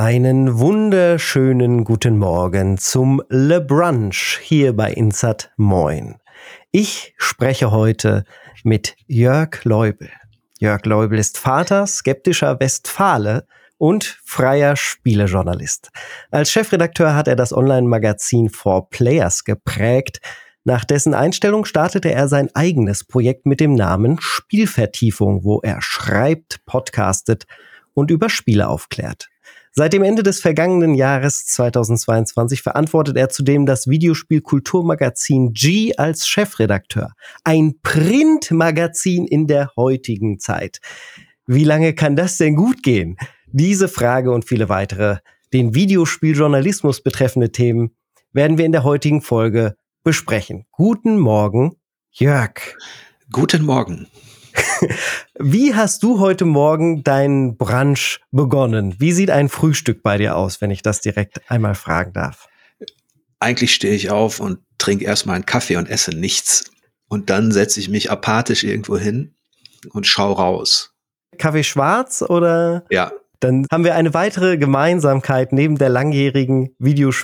Einen wunderschönen guten Morgen zum Le Brunch hier bei Insert Moin. Ich spreche heute mit Jörg Leubel. Jörg Leubel ist Vater, skeptischer Westfale und freier Spielejournalist. Als Chefredakteur hat er das Online-Magazin 4Players geprägt. Nach dessen Einstellung startete er sein eigenes Projekt mit dem Namen Spielvertiefung, wo er schreibt, podcastet und über Spiele aufklärt. Seit dem Ende des vergangenen Jahres 2022 verantwortet er zudem das Videospiel-Kulturmagazin G als Chefredakteur. Ein Printmagazin in der heutigen Zeit. Wie lange kann das denn gut gehen? Diese Frage und viele weitere, den Videospieljournalismus betreffende Themen, werden wir in der heutigen Folge besprechen. Guten Morgen, Jörg. Guten Morgen. Wie hast du heute Morgen deinen Brunch begonnen? Wie sieht ein Frühstück bei dir aus, wenn ich das direkt einmal fragen darf? Eigentlich stehe ich auf und trinke erstmal einen Kaffee und esse nichts. Und dann setze ich mich apathisch irgendwo hin und schaue raus. Kaffee schwarz oder? Ja. Dann haben wir eine weitere Gemeinsamkeit neben der langjährigen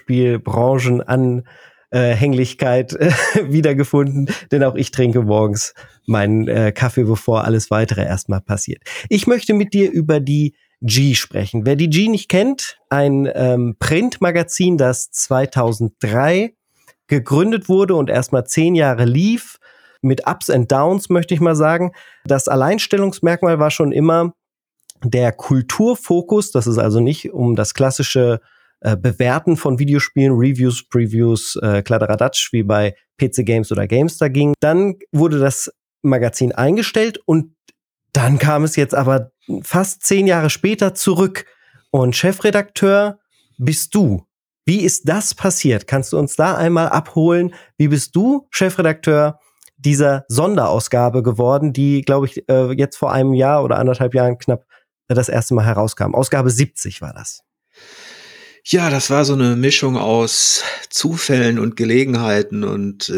Videospielbranchen-Anhänglichkeit wiedergefunden, denn auch ich trinke morgens meinen Kaffee, bevor alles weitere erstmal passiert. Ich möchte mit dir über die G sprechen. Wer die G nicht kennt, ein Printmagazin, das 2003 gegründet wurde und erstmal 10 Jahre lief, mit Ups and Downs, möchte ich mal sagen. Das Alleinstellungsmerkmal war schon immer der Kulturfokus, das ist also nicht um das klassische Bewerten von Videospielen, Reviews, Previews, Kladderadatsch wie bei PC Games oder GameStar ging. Dann wurde das Magazin eingestellt und dann kam es jetzt aber fast 10 Jahre später zurück. Und Chefredakteur bist du. Wie ist das passiert? Kannst du uns da einmal abholen? Wie bist du Chefredakteur dieser Sonderausgabe geworden, die, glaube ich, jetzt vor einem Jahr oder 1,5 Jahren knapp das erste Mal herauskam? Ausgabe 70 war das. Ja, das war so eine Mischung aus Zufällen und Gelegenheiten und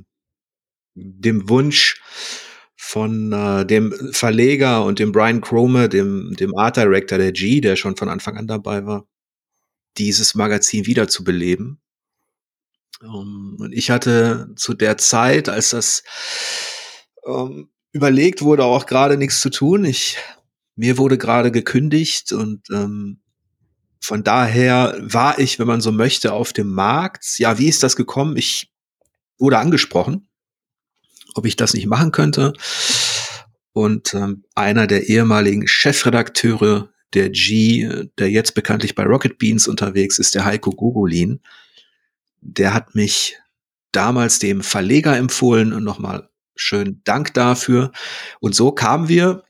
dem Wunsch von dem Verleger und dem Brian Cromer, dem Art Director der G, der schon von Anfang an dabei war, dieses Magazin wiederzubeleben. Und ich hatte zu der Zeit, als das überlegt wurde, auch gerade nichts zu tun. Mir wurde gerade gekündigt und von daher war ich, wenn man so möchte, auf dem Markt. Ja, wie ist das gekommen? Ich wurde angesprochen, ob ich das nicht machen könnte. Und einer der ehemaligen Chefredakteure der G, der jetzt bekanntlich bei Rocket Beans unterwegs ist, der Heiko Gogolin, der hat mich damals dem Verleger empfohlen und nochmal schönen Dank dafür. Und so kamen wir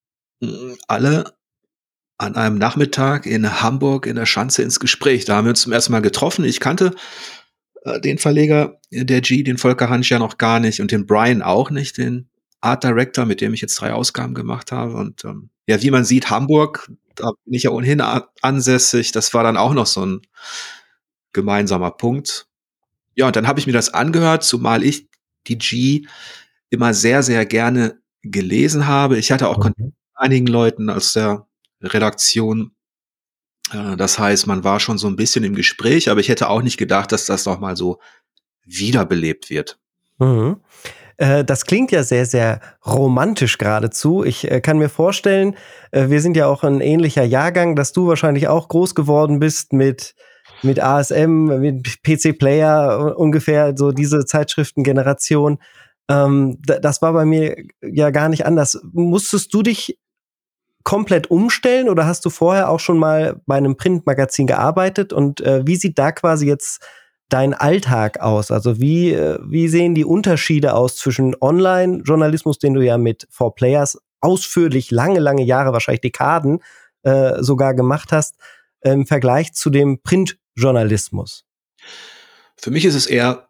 alle an einem Nachmittag in Hamburg in der Schanze ins Gespräch. Da haben wir uns zum ersten Mal getroffen. Ich kannte den Verleger der G, den Volker Hansch ja noch gar nicht und den Brian auch nicht, den Art Director, mit dem ich jetzt 3 Ausgaben gemacht habe. Und ja, wie man sieht, Hamburg, da bin ich ja ohnehin ansässig. Das war dann auch noch so ein gemeinsamer Punkt. Ja, und dann habe ich mir das angehört, zumal ich die G immer sehr, sehr gerne gelesen habe. Ich hatte auch Kontakt mit einigen Leuten aus der Redaktion. Das heißt, man war schon so ein bisschen im Gespräch, aber ich hätte auch nicht gedacht, dass das noch mal so wiederbelebt wird. Mhm. Das klingt ja sehr, sehr romantisch geradezu. Ich kann mir vorstellen, wir sind ja auch ein ähnlicher Jahrgang, dass du wahrscheinlich auch groß geworden bist mit ASM, mit PC Player, ungefähr so diese Zeitschriftengeneration. Das war bei mir ja gar nicht anders. Musstest du dich komplett umstellen oder hast du vorher auch schon mal bei einem Printmagazin gearbeitet? Und wie sieht da quasi jetzt dein Alltag aus? Also wie sehen die Unterschiede aus zwischen Online-Journalismus, den du ja mit 4Players ausführlich lange Jahre, wahrscheinlich Dekaden sogar gemacht hast, im Vergleich zu dem Printjournalismus? Für mich ist es eher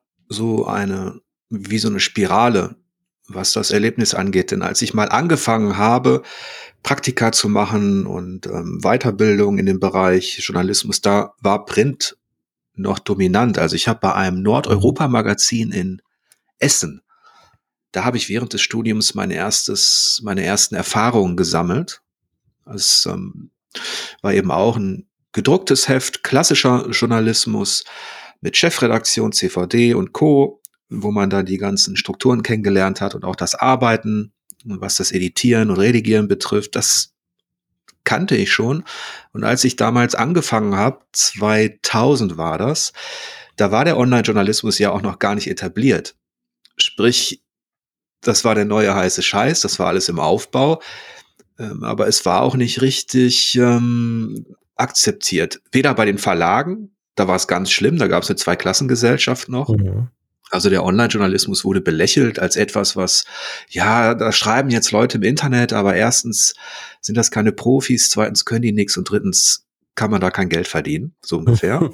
wie so eine Spirale, was das Erlebnis angeht. Denn als ich mal angefangen habe, Praktika zu machen und Weiterbildung in dem Bereich Journalismus, da war Print noch dominant. Also ich habe bei einem Nordeuropa-Magazin in Essen, da habe ich während des Studiums meine ersten Erfahrungen gesammelt. Es war eben auch ein gedrucktes Heft, klassischer Journalismus mit Chefredaktion, CVD und Co., wo man dann die ganzen Strukturen kennengelernt hat und auch das Arbeiten, was das Editieren und Redigieren betrifft, das kannte ich schon. Und als ich damals angefangen habe, 2000 war das, da war der Online-Journalismus ja auch noch gar nicht etabliert. Sprich, das war der neue heiße Scheiß, das war alles im Aufbau, aber es war auch nicht richtig akzeptiert. Weder bei den Verlagen, da war es ganz schlimm, da gab es eine Zweiklassengesellschaft noch. Mhm. Also der Online-Journalismus wurde belächelt als etwas, was, ja, da schreiben jetzt Leute im Internet, aber erstens sind das keine Profis, zweitens können die nichts und drittens kann man da kein Geld verdienen, so ungefähr.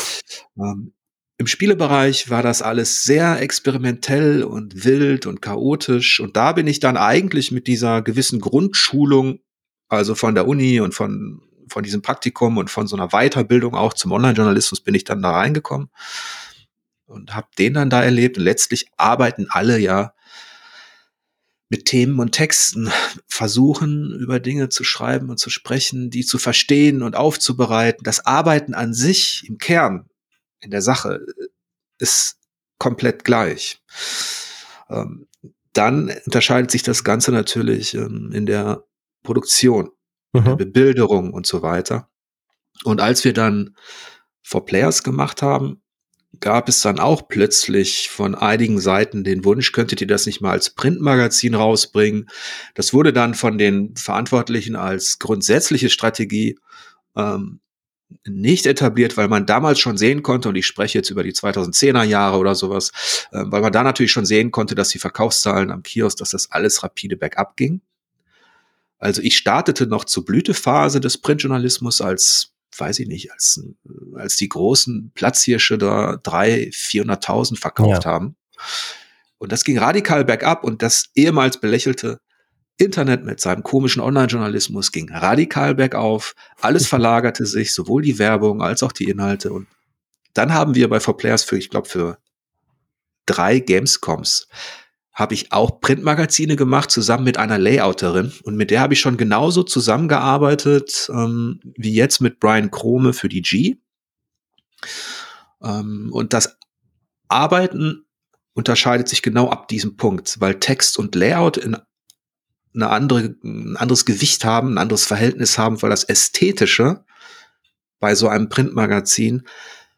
Im Spielebereich war das alles sehr experimentell und wild und chaotisch. Und da bin ich dann eigentlich mit dieser gewissen Grundschulung, also von der Uni und von diesem Praktikum und von so einer Weiterbildung auch zum Online-Journalismus bin ich dann da reingekommen und habe den dann da erlebt. Und letztlich arbeiten alle ja mit Themen und Texten, versuchen über Dinge zu schreiben und zu sprechen, die zu verstehen und aufzubereiten. Das Arbeiten an sich im Kern, in der Sache, ist komplett gleich. Dann unterscheidet sich das Ganze natürlich in der Produktion, in der Bebilderung und so weiter. Und als wir dann 4Players gemacht haben, gab es dann auch plötzlich von einigen Seiten den Wunsch, könntet ihr das nicht mal als Printmagazin rausbringen? Das wurde dann von den Verantwortlichen als grundsätzliche Strategie nicht etabliert, weil man damals schon sehen konnte, und ich spreche jetzt über die 2010er Jahre oder sowas, weil man da natürlich schon sehen konnte, dass die Verkaufszahlen am Kiosk, dass das alles rapide bergab ging. Also ich startete noch zur Blütephase des Printjournalismus als, weiß ich nicht, als die großen Platzhirsche da 300.000-400.000 verkauft haben. Und das ging radikal bergab und das ehemals belächelte Internet mit seinem komischen Online-Journalismus ging radikal bergauf. Alles verlagerte sich, sowohl die Werbung als auch die Inhalte. Und dann haben wir bei 4Players für 3 Gamescoms habe ich auch Printmagazine gemacht, zusammen mit einer Layouterin. Und mit der habe ich schon genauso zusammengearbeitet wie jetzt mit Brian Krome für die G. Und das Arbeiten unterscheidet sich genau ab diesem Punkt, weil Text und Layout ein anderes Gewicht haben, ein anderes Verhältnis haben, weil das Ästhetische bei so einem Printmagazin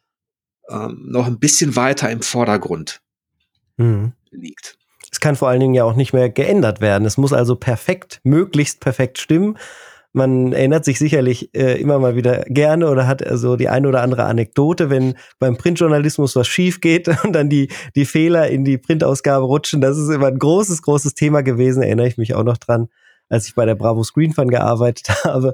noch ein bisschen weiter im Vordergrund liegt. Es kann vor allen Dingen ja auch nicht mehr geändert werden. Es muss also möglichst perfekt stimmen. Man erinnert sich sicherlich immer mal wieder gerne oder hat also die eine oder andere Anekdote, wenn beim Printjournalismus was schief geht und dann die Fehler in die Printausgabe rutschen. Das ist immer ein großes Thema gewesen, erinnere ich mich auch noch dran, als ich bei der Bravo Screen Fun gearbeitet habe.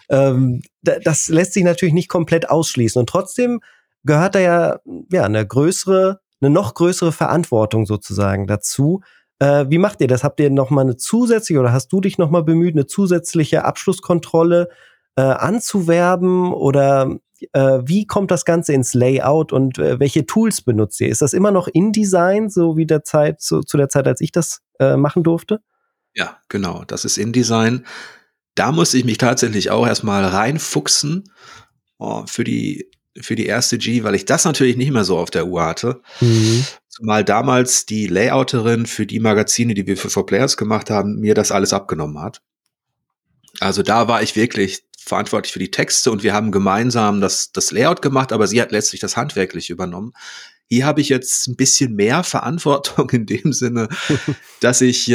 Das lässt sich natürlich nicht komplett ausschließen und trotzdem gehört da ja eine noch größere Verantwortung sozusagen dazu. Wie macht ihr das? Habt ihr noch mal eine zusätzliche oder hast du dich noch mal bemüht, eine zusätzliche Abschlusskontrolle anzuwerben oder wie kommt das Ganze ins Layout und welche Tools benutzt ihr? Ist das immer noch InDesign, so wie zu der Zeit, als ich das machen durfte? Ja, genau, das ist InDesign. Da musste ich mich tatsächlich auch erstmal reinfuchsen für die erste G, weil ich das natürlich nicht mehr so auf der Uhr hatte. Zumal damals die Layouterin für die Magazine, die wir für 4Players gemacht haben, mir das alles abgenommen hat. Also da war ich wirklich verantwortlich für die Texte und wir haben gemeinsam das Layout gemacht, aber sie hat letztlich das handwerklich übernommen. Hier habe ich jetzt ein bisschen mehr Verantwortung in dem Sinne, dass ich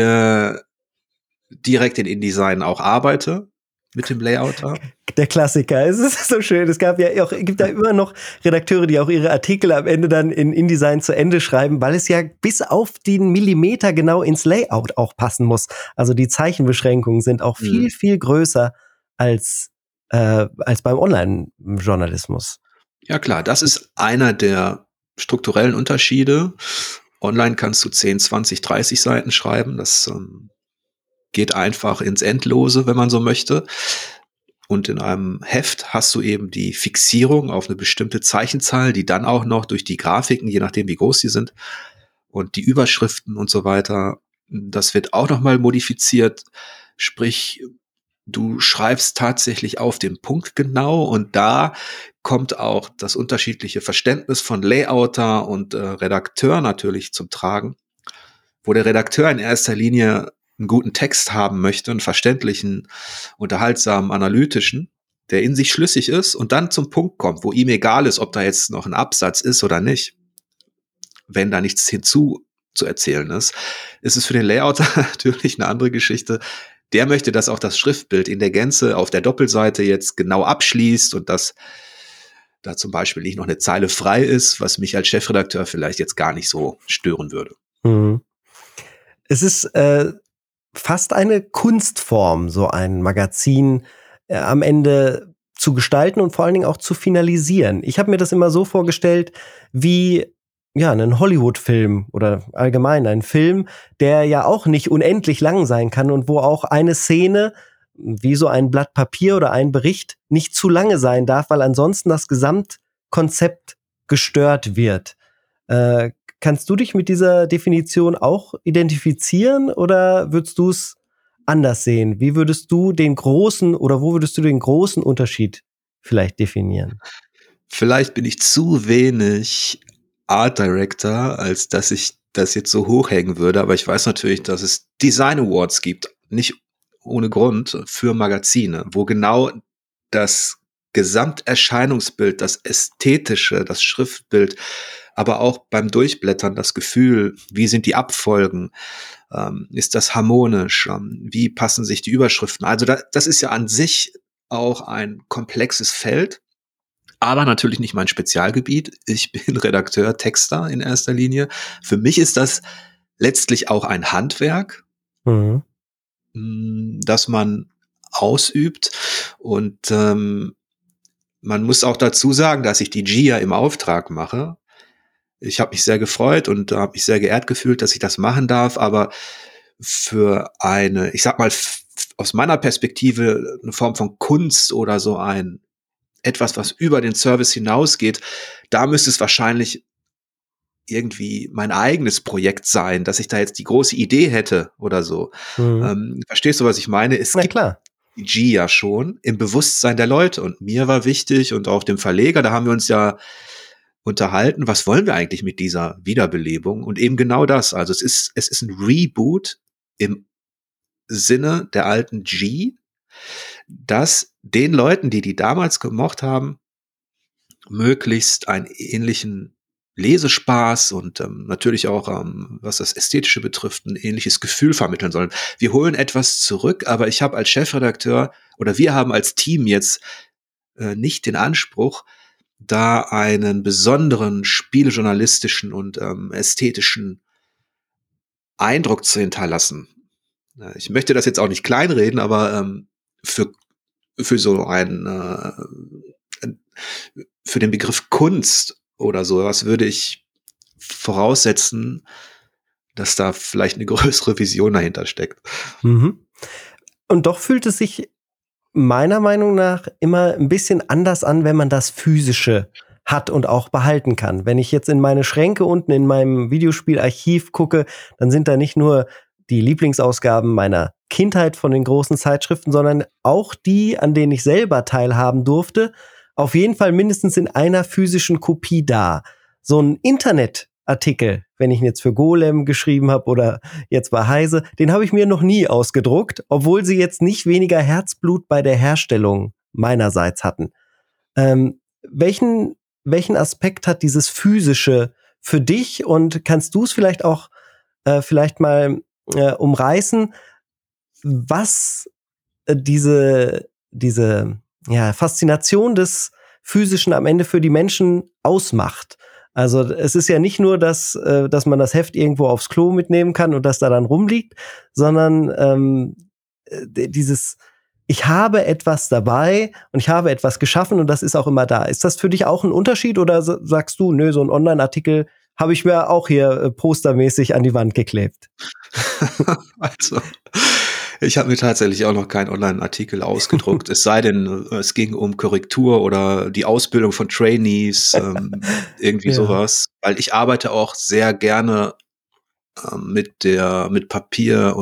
direkt in InDesign auch arbeite mit dem Layouter. Der Klassiker. Es ist so schön. Es gibt ja immer noch Redakteure, die auch ihre Artikel am Ende dann in InDesign zu Ende schreiben, weil es ja bis auf den Millimeter genau ins Layout auch passen muss. Also die Zeichenbeschränkungen sind auch viel, viel größer als beim Online-Journalismus. Ja klar, das ist einer der strukturellen Unterschiede. Online kannst du 10, 20, 30 Seiten schreiben. Das geht einfach ins Endlose, wenn man so möchte. Und in einem Heft hast du eben die Fixierung auf eine bestimmte Zeichenzahl, die dann auch noch durch die Grafiken, je nachdem wie groß die sind, und die Überschriften und so weiter, das wird auch noch mal modifiziert. Sprich, du schreibst tatsächlich auf den Punkt genau und da kommt auch das unterschiedliche Verständnis von Layouter und Redakteur natürlich zum Tragen, wo der Redakteur in erster Linie einen guten Text haben möchte, einen verständlichen, unterhaltsamen, analytischen, der in sich schlüssig ist und dann zum Punkt kommt, wo ihm egal ist, ob da jetzt noch ein Absatz ist oder nicht. Wenn da nichts hinzu zu erzählen ist, ist es für den Layouter natürlich eine andere Geschichte. Der möchte, dass auch das Schriftbild in der Gänze auf der Doppelseite jetzt genau abschließt und dass da zum Beispiel nicht noch eine Zeile frei ist, was mich als Chefredakteur vielleicht jetzt gar nicht so stören würde. Mhm. Es ist fast eine Kunstform, so ein Magazin am Ende zu gestalten und vor allen Dingen auch zu finalisieren. Ich habe mir das immer so vorgestellt, wie ja, einen Hollywood-Film oder allgemein einen Film, der ja auch nicht unendlich lang sein kann und wo auch eine Szene, wie so ein Blatt Papier oder ein Bericht, nicht zu lange sein darf, weil ansonsten das Gesamtkonzept gestört wird. Kannst du dich mit dieser Definition auch identifizieren oder würdest du es anders sehen? Wie würdest du den großen oder wo würdest du den großen Unterschied vielleicht definieren? Vielleicht bin ich zu wenig Art Director, als dass ich das jetzt so hochhängen würde, aber ich weiß natürlich, dass es Design Awards gibt, nicht ohne Grund, für Magazine, wo genau das Gesamterscheinungsbild, das Ästhetische, das Schriftbild, aber auch beim Durchblättern das Gefühl, wie sind die Abfolgen, ist das harmonisch, wie passen sich die Überschriften. Also das ist ja an sich auch ein komplexes Feld, aber natürlich nicht mein Spezialgebiet. Ich bin Redakteur, Texter in erster Linie. Für mich ist das letztlich auch ein Handwerk, Mhm. das man ausübt. Und man muss auch dazu sagen, dass ich die GIA im Auftrag mache. Ich habe mich sehr gefreut und habe mich sehr geehrt gefühlt, dass ich das machen darf. Aber für eine, ich sag mal, aus meiner Perspektive eine Form von Kunst oder so ein etwas, was über den Service hinausgeht, da müsste es wahrscheinlich irgendwie mein eigenes Projekt sein, dass ich da jetzt die große Idee hätte oder so. Mhm. Verstehst du, was ich meine? Es Na gibt klar. die G ja schon im Bewusstsein der Leute und mir war wichtig und auch dem Verleger, da haben wir uns ja unterhalten, was wollen wir eigentlich mit dieser Wiederbelebung? Und eben genau das. Also es ist ein Reboot im Sinne der alten G, das den Leuten, die damals gemocht haben, möglichst einen ähnlichen Lesespaß und natürlich auch, was das Ästhetische betrifft, ein ähnliches Gefühl vermitteln sollen. Wir holen etwas zurück, aber ich habe als Chefredakteur oder wir haben als Team jetzt nicht den Anspruch, da einen besonderen spielejournalistischen und ästhetischen Eindruck zu hinterlassen. Ich möchte das jetzt auch nicht kleinreden, aber für, für so ein für den Begriff Kunst oder sowas würde ich voraussetzen, dass da vielleicht eine größere Vision dahinter steckt. Mhm. Und doch fühlt es sich meiner Meinung nach immer ein bisschen anders an, wenn man das Physische hat und auch behalten kann. Wenn ich jetzt in meine Schränke unten in meinem Videospielarchiv gucke, dann sind da nicht nur die Lieblingsausgaben meiner Kindheit von den großen Zeitschriften, sondern auch die, an denen ich selber teilhaben durfte, auf jeden Fall mindestens in einer physischen Kopie da. So ein Internetartikel, wenn ich ihn jetzt für Golem geschrieben habe oder jetzt bei Heise, den habe ich mir noch nie ausgedruckt, obwohl sie jetzt nicht weniger Herzblut bei der Herstellung meinerseits hatten. Welchen Aspekt hat dieses Physische für dich und kannst du es vielleicht auch vielleicht mal umreißen, was diese ja, Faszination des Physischen am Ende für die Menschen ausmacht? Also es ist ja nicht nur, dass man das Heft irgendwo aufs Klo mitnehmen kann und das da dann rumliegt, sondern dieses ich habe etwas dabei und ich habe etwas geschaffen und das ist auch immer da. Ist das für dich auch ein Unterschied oder sagst du, nö, so ein Online-Artikel habe ich mir auch hier postermäßig an die Wand geklebt? Also, ich habe mir tatsächlich auch noch keinen Online-Artikel ausgedruckt, es sei denn, es ging um Korrektur oder die Ausbildung von Trainees, irgendwie Ja. sowas. Weil ich arbeite auch sehr gerne mit Papier und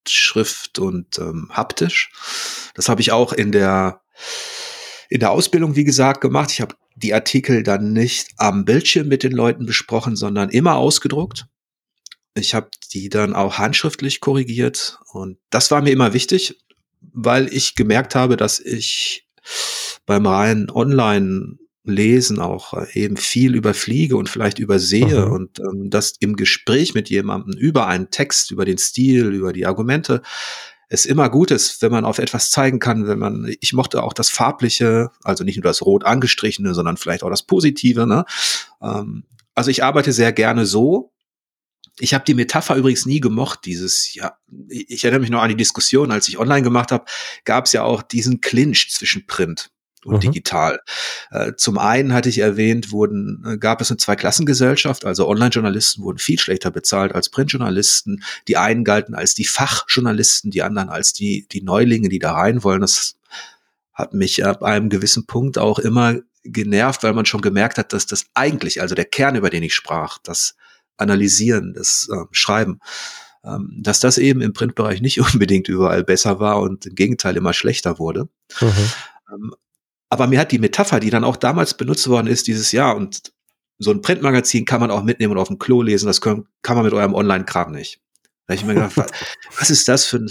Schrift und haptisch. Das habe ich auch in der Ausbildung, wie gesagt, gemacht. Ich habe die Artikel dann nicht am Bildschirm mit den Leuten besprochen, sondern immer ausgedruckt. Ich habe die dann auch handschriftlich korrigiert und das war mir immer wichtig, weil ich gemerkt habe, dass ich beim reinen Online-Lesen auch eben viel überfliege und vielleicht übersehe und das im Gespräch mit jemandem über einen Text, über den Stil, über die Argumente es immer gut ist, wenn man auf etwas zeigen kann, ich mochte auch das Farbliche, also nicht nur das rot angestrichene, sondern vielleicht auch das Positive, ne? Also ich arbeite sehr gerne so. Ich habe die Metapher übrigens nie gemocht, ich erinnere mich noch an die Diskussion, als ich online gemacht habe, gab es ja auch diesen Clinch zwischen Print und digital. Zum einen hatte ich erwähnt, gab es eine Zweiklassengesellschaft, also Online-Journalisten wurden viel schlechter bezahlt als Printjournalisten. Die einen galten als die Fachjournalisten, die anderen als die Neulinge, die da rein wollen. Das hat mich ab einem gewissen Punkt auch immer genervt, weil man schon gemerkt hat, dass das eigentlich, also der Kern, über den ich sprach, das Analysieren, das Schreiben, dass das eben im Printbereich nicht unbedingt überall besser war und im Gegenteil immer schlechter wurde. Aber mir hat die Metapher, die dann auch damals benutzt worden ist, dieses Jahr, und so ein Printmagazin kann man auch mitnehmen und auf dem Klo lesen, das kann man mit eurem Online-Kram nicht. Da habe ich mir gedacht, was ist das für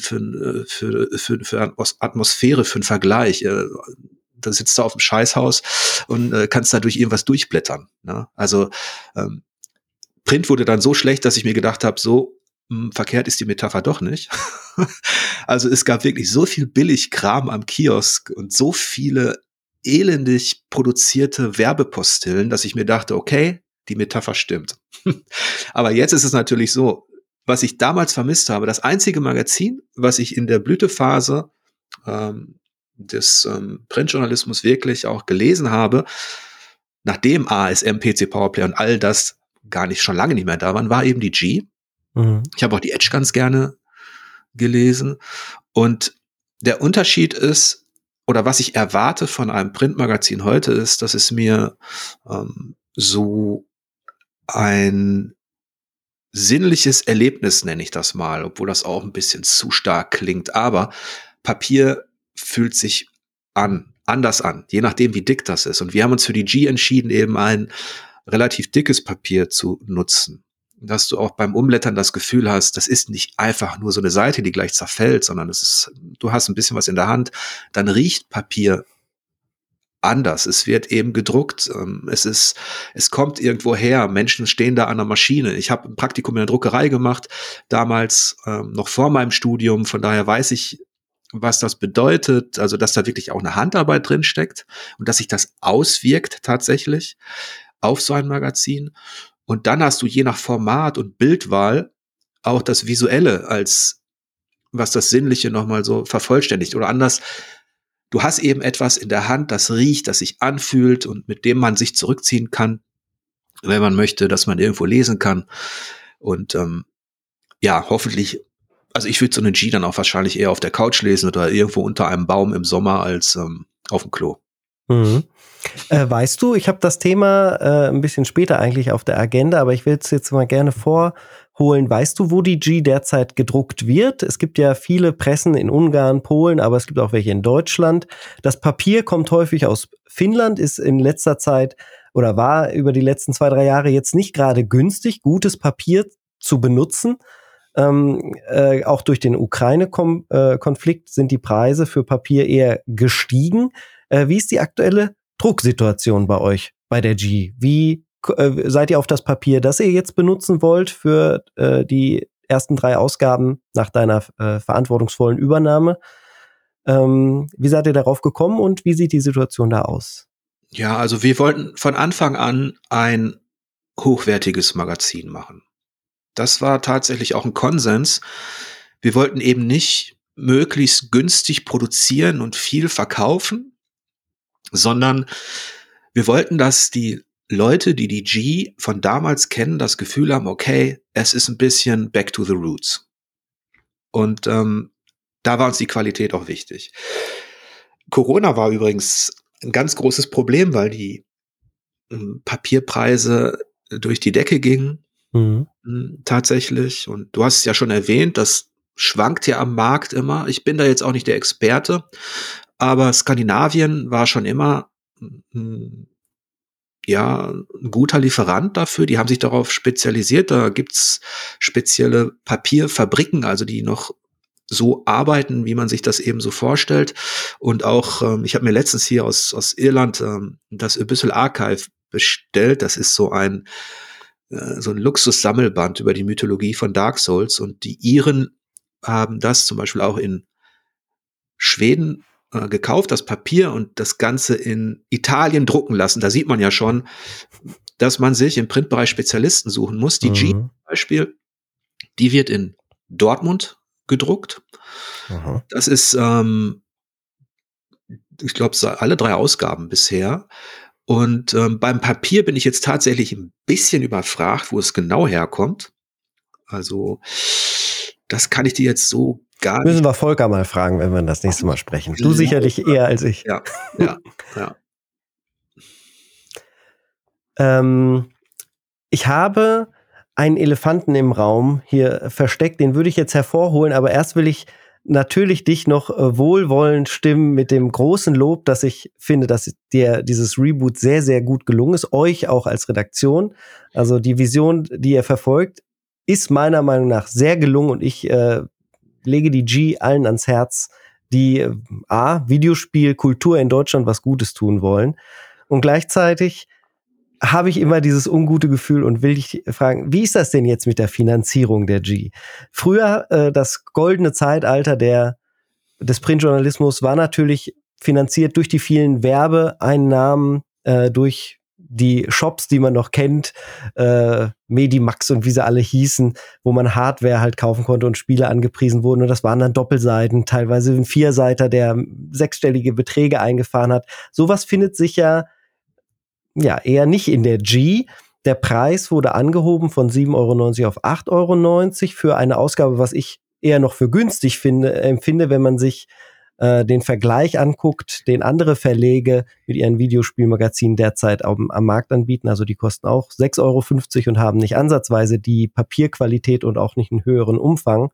Atmosphäre, für ein Vergleich? Da sitzt du auf dem Scheißhaus und kannst da durch irgendwas durchblättern. Ne? Also Print wurde dann so schlecht, dass ich mir gedacht habe, so verkehrt ist die Metapher doch nicht. Also es gab wirklich so viel Billigkram am Kiosk und so viele elendig produzierte Werbepostillen, dass ich mir dachte, okay, die Metapher stimmt. Aber jetzt ist es natürlich so, was ich damals vermisst habe, das einzige Magazin, was ich in der Blütephase des Printjournalismus wirklich auch gelesen habe, nachdem ASM, PC Powerplay und all das schon lange nicht mehr da waren, war eben die G. Ich habe auch die Edge ganz gerne gelesen. Und der Unterschied ist, oder was ich erwarte von einem Printmagazin heute ist, dass es mir so ein sinnliches Erlebnis, nenne ich das mal, obwohl das auch ein bisschen zu stark klingt. Aber Papier fühlt sich anders an, je nachdem, wie dick das ist. Und wir haben uns für die G entschieden, eben ein relativ dickes Papier zu nutzen. Dass du auch beim Umblättern das Gefühl hast, das ist nicht einfach nur so eine Seite, die gleich zerfällt, sondern du hast ein bisschen was in der Hand, dann riecht Papier anders. Es wird eben gedruckt. Es kommt irgendwo her. Menschen stehen da an der Maschine. Ich habe ein Praktikum in der Druckerei gemacht, damals noch vor meinem Studium. Von daher weiß ich, was das bedeutet. Also, dass da wirklich auch eine Handarbeit drin steckt und dass sich das auswirkt tatsächlich auf so ein Magazin. Und dann hast du je nach Format und Bildwahl auch das Visuelle als was das Sinnliche nochmal so vervollständigt. Oder anders, du hast eben etwas in der Hand, das riecht, das sich anfühlt und mit dem man sich zurückziehen kann, wenn man möchte, dass man irgendwo lesen kann. Und ja, hoffentlich, also ich würde so eine G dann auch wahrscheinlich eher auf der Couch lesen oder irgendwo unter einem Baum im Sommer als auf dem Klo. Weißt du, ich habe das Thema ein bisschen später eigentlich auf der Agenda, aber ich will es jetzt mal gerne vorholen. Weißt du, wo die G derzeit gedruckt wird? Es gibt ja viele Pressen in Ungarn, Polen, aber es gibt auch welche in Deutschland. Das Papier kommt häufig aus Finnland, ist in letzter Zeit oder war über die letzten 2-3 Jahre jetzt nicht gerade günstig, gutes Papier zu benutzen. Auch durch den Ukraine-Konflikt sind die Preise für Papier eher gestiegen. Wie ist die aktuelle Drucksituation bei euch, bei der G? Wie seid ihr auf das Papier, das ihr jetzt benutzen wollt für die ersten 3 Ausgaben nach deiner verantwortungsvollen Übernahme? Wie seid ihr darauf gekommen und wie sieht die Situation da aus? Ja, also wir wollten von Anfang an ein hochwertiges Magazin machen. Das war tatsächlich auch ein Konsens. Wir wollten eben nicht möglichst günstig produzieren und viel verkaufen, sondern wir wollten, dass die Leute, die die G von damals kennen, das Gefühl haben, okay, es ist ein bisschen back to the roots. Und da war uns die Qualität auch wichtig. Corona war übrigens ein ganz großes Problem, weil die Papierpreise durch die Decke gingen. Tatsächlich. Und du hast es ja schon erwähnt, dass schwankt ja am Markt immer. Ich bin da jetzt auch nicht der Experte, aber Skandinavien war schon immer ja, ein guter Lieferant dafür. Die haben sich darauf spezialisiert. Da gibt's spezielle Papierfabriken, also die noch so arbeiten, wie man sich das eben so vorstellt. Und auch, ich habe mir letztens hier aus Irland das Abyssal Archive bestellt. Das ist so ein Luxussammelband über die Mythologie von Dark Souls. Und die Iren haben das zum Beispiel auch in Schweden gekauft, das Papier, und das Ganze in Italien drucken lassen. Da sieht man ja schon, dass man sich im Printbereich Spezialisten suchen muss. Die G zum Beispiel, die wird in Dortmund gedruckt. Das ist, ich glaube, alle 3 Ausgaben bisher. Und beim Papier bin ich jetzt tatsächlich ein bisschen überfragt, wo es genau herkommt. Also das kann ich dir jetzt so gar nicht. Müssen wir Volker mal fragen, wenn wir das nächste Mal sprechen. Du sicherlich eher als ich. Ja. Ich habe einen Elefanten im Raum hier versteckt, den würde ich jetzt hervorholen, aber erst will ich natürlich dich noch wohlwollend stimmen mit dem großen Lob, dass ich finde, dass dir dieses Reboot sehr, sehr gut gelungen ist, euch auch als Redaktion. Also die Vision, die ihr verfolgt, ist meiner Meinung nach sehr gelungen, und ich lege die G allen ans Herz, die Videospielkultur in Deutschland was Gutes tun wollen. Und gleichzeitig habe ich immer dieses ungute Gefühl und will dich fragen, wie ist das denn jetzt mit der Finanzierung der G? Früher, das goldene Zeitalter des Printjournalismus war natürlich finanziert durch die vielen Werbeeinnahmen, durch die Shops, die man noch kennt, Medimax und wie sie alle hießen, wo man Hardware halt kaufen konnte und Spiele angepriesen wurden. Und das waren dann Doppelseiten, teilweise ein Vierseiter, der 6-stellige Beträge eingefahren hat. Sowas findet sich ja eher nicht in der G. Der Preis wurde angehoben von 7,90 € auf 8,90 € für eine Ausgabe, was ich eher noch für günstig empfinde, wenn man sich den Vergleich anguckt, den andere Verlege mit ihren Videospielmagazinen derzeit am Markt anbieten. Also die kosten auch 6,50 € und haben nicht ansatzweise die Papierqualität und auch nicht einen höheren Umfang.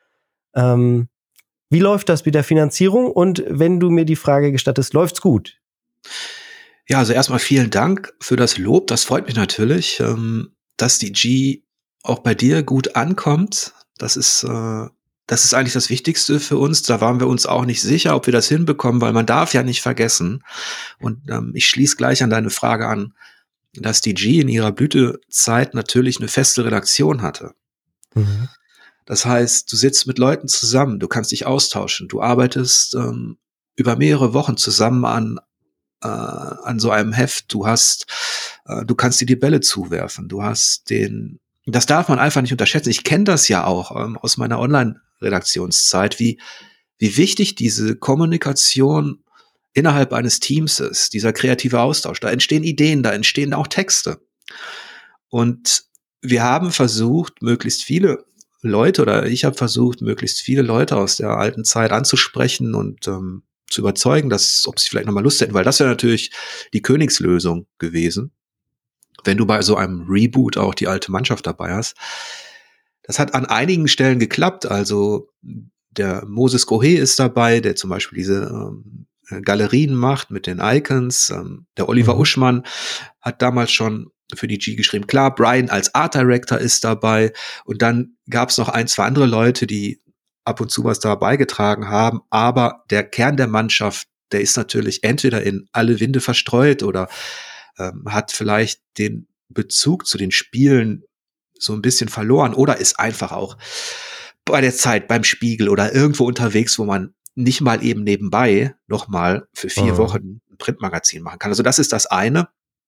Wie läuft das mit der Finanzierung? Und wenn du mir die Frage gestattest, läuft's gut? Ja, also erstmal vielen Dank für das Lob. Das freut mich natürlich, dass die G auch bei dir gut ankommt. Das ist eigentlich das Wichtigste für uns. Da waren wir uns auch nicht sicher, ob wir das hinbekommen, weil man darf ja nicht vergessen. Und ich schließe gleich an deine Frage an, dass die G in ihrer Blütezeit natürlich eine feste Redaktion hatte. Mhm. Das heißt, du sitzt mit Leuten zusammen, du kannst dich austauschen, du arbeitest über mehrere Wochen zusammen an so einem Heft. Du kannst dir die Bälle zuwerfen. Das darf man einfach nicht unterschätzen. Ich kenne das ja auch aus meiner Online-Redaktionszeit, wie wichtig diese Kommunikation innerhalb eines Teams ist, dieser kreative Austausch. Da entstehen Ideen, da entstehen auch Texte. Und wir haben versucht, ich habe versucht, möglichst viele Leute aus der alten Zeit anzusprechen und zu überzeugen, ob sie vielleicht nochmal Lust hätten, weil das wäre natürlich die Königslösung gewesen, wenn du bei so einem Reboot auch die alte Mannschaft dabei hast. Das hat an einigen Stellen geklappt, also der Moses Gohe ist dabei, der zum Beispiel diese Galerien macht mit den Icons, der Oliver Uschmann hat damals schon für die G geschrieben. Klar, Brian als Art Director ist dabei, und dann gab es noch 1, 2 andere Leute, die ab und zu was da beigetragen haben, aber der Kern der Mannschaft, der ist natürlich entweder in alle Winde verstreut oder hat vielleicht den Bezug zu den Spielen so ein bisschen verloren oder ist einfach auch bei der Zeit beim Spiegel oder irgendwo unterwegs, wo man nicht mal eben nebenbei nochmal für 4 Wochen ein Printmagazin machen kann. Also das ist das eine.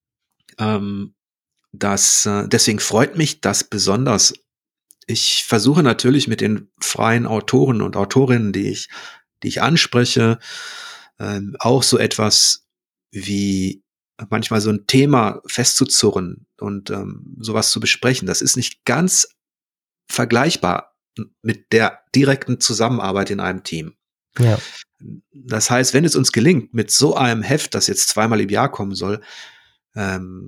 Deswegen freut mich das besonders. Ich versuche natürlich mit den freien Autoren und Autorinnen, die ich anspreche, auch so etwas wie manchmal so ein Thema festzuzurren und sowas zu besprechen. Das ist nicht ganz vergleichbar mit der direkten Zusammenarbeit in einem Team. Ja. Das heißt, wenn es uns gelingt, mit so einem Heft, das jetzt 2-mal im Jahr kommen soll,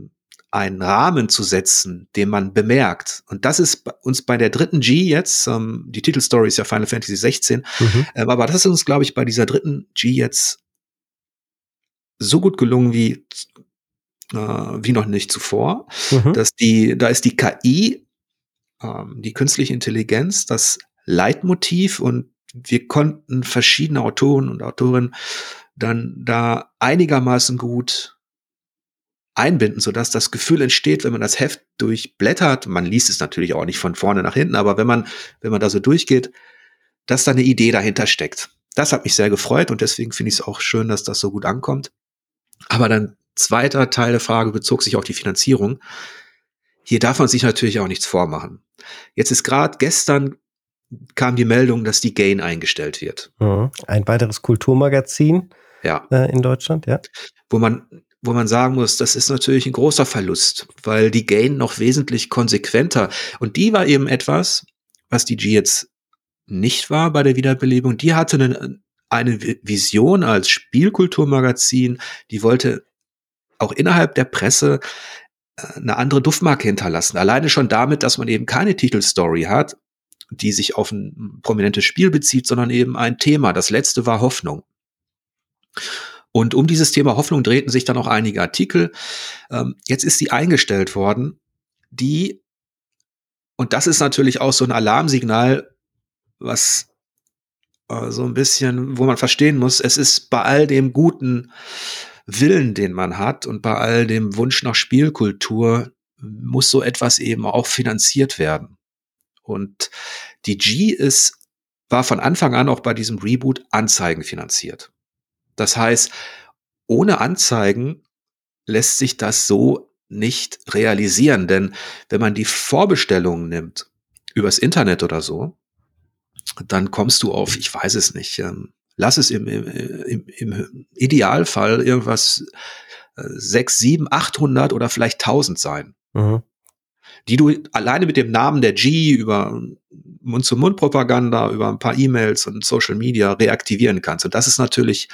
einen Rahmen zu setzen, den man bemerkt. Und das ist uns bei der dritten G jetzt, die Titelstory ist ja Final Fantasy 16, aber das ist uns, glaube ich, bei dieser dritten G jetzt so gut gelungen wie noch nicht zuvor, da ist die KI, die künstliche Intelligenz, das Leitmotiv, und wir konnten verschiedene Autoren und Autorinnen dann da einigermaßen gut einbinden, sodass das Gefühl entsteht, wenn man das Heft durchblättert, man liest es natürlich auch nicht von vorne nach hinten, aber wenn man da so durchgeht, dass da eine Idee dahinter steckt. Das hat mich sehr gefreut und deswegen finde ich es auch schön, dass das so gut ankommt. Aber dann zweiter Teil der Frage bezog sich auf die Finanzierung. Hier darf man sich natürlich auch nichts vormachen. Jetzt ist gerade gestern kam die Meldung, dass die Gain eingestellt wird. Ein weiteres Kulturmagazin in Deutschland, ja. Wo man sagen muss, das ist natürlich ein großer Verlust, weil die Gain noch wesentlich konsequenter, und die war eben etwas, was die G jetzt nicht war bei der Wiederbelebung. Die hatte eine Vision als Spielkulturmagazin, die wollte auch innerhalb der Presse eine andere Duftmarke hinterlassen. Alleine schon damit, dass man eben keine Titelstory hat, die sich auf ein prominentes Spiel bezieht, sondern eben ein Thema. Das letzte war Hoffnung. Und um dieses Thema Hoffnung drehten sich dann auch einige Artikel. Jetzt ist sie eingestellt worden, und das ist natürlich auch so ein Alarmsignal, was so ein bisschen, wo man verstehen muss, es ist bei all dem guten Willen, den man hat, und bei all dem Wunsch nach Spielkultur, muss so etwas eben auch finanziert werden. Und die G war von Anfang an auch bei diesem Reboot Anzeigen finanziert. Das heißt, ohne Anzeigen lässt sich das so nicht realisieren, denn wenn man die Vorbestellungen nimmt, übers Internet oder so, dann kommst du auf, ich weiß es nicht, lass es im Idealfall irgendwas 600, 700, 800 oder vielleicht 1000 sein, die du alleine mit dem Namen der G über Mund-zu-Mund-Propaganda, über ein paar E-Mails und Social Media reaktivieren kannst. Und das ist natürlich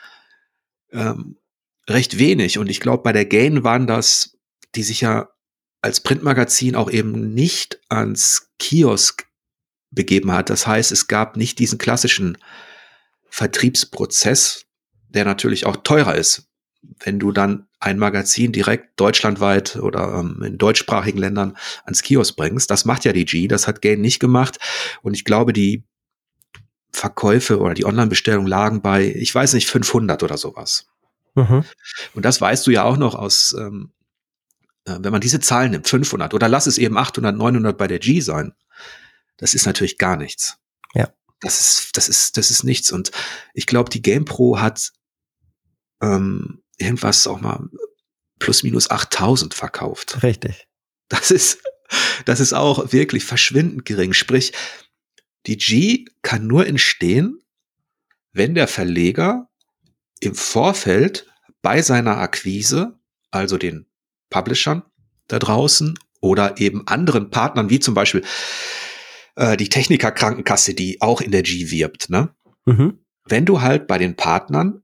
recht wenig. Und ich glaube, bei der Gain waren das, die sich ja als Printmagazin auch eben nicht ans Kiosk begeben hat. Das heißt, es gab nicht diesen klassischen Vertriebsprozess, der natürlich auch teurer ist, wenn du dann ein Magazin direkt deutschlandweit oder in deutschsprachigen Ländern ans Kiosk bringst. Das macht ja die G, das hat Gain nicht gemacht. Und ich glaube, die Verkäufe oder die Online-Bestellungen lagen bei, ich weiß nicht, 500 oder sowas. Und das weißt du ja auch noch aus, wenn man diese Zahlen nimmt, 500 oder lass es eben 800, 900 bei der G sein. Das ist natürlich gar nichts. Ja. Das ist nichts. Und ich glaube, die GamePro hat irgendwas auch mal plus minus 8000 verkauft. Richtig. Das ist auch wirklich verschwindend gering. Sprich, die G kann nur entstehen, wenn der Verleger im Vorfeld bei seiner Akquise, also den Publishern da draußen oder eben anderen Partnern, wie zum Beispiel die Techniker-Krankenkasse, die auch in der G wirbt, ne? Wenn du halt bei den Partnern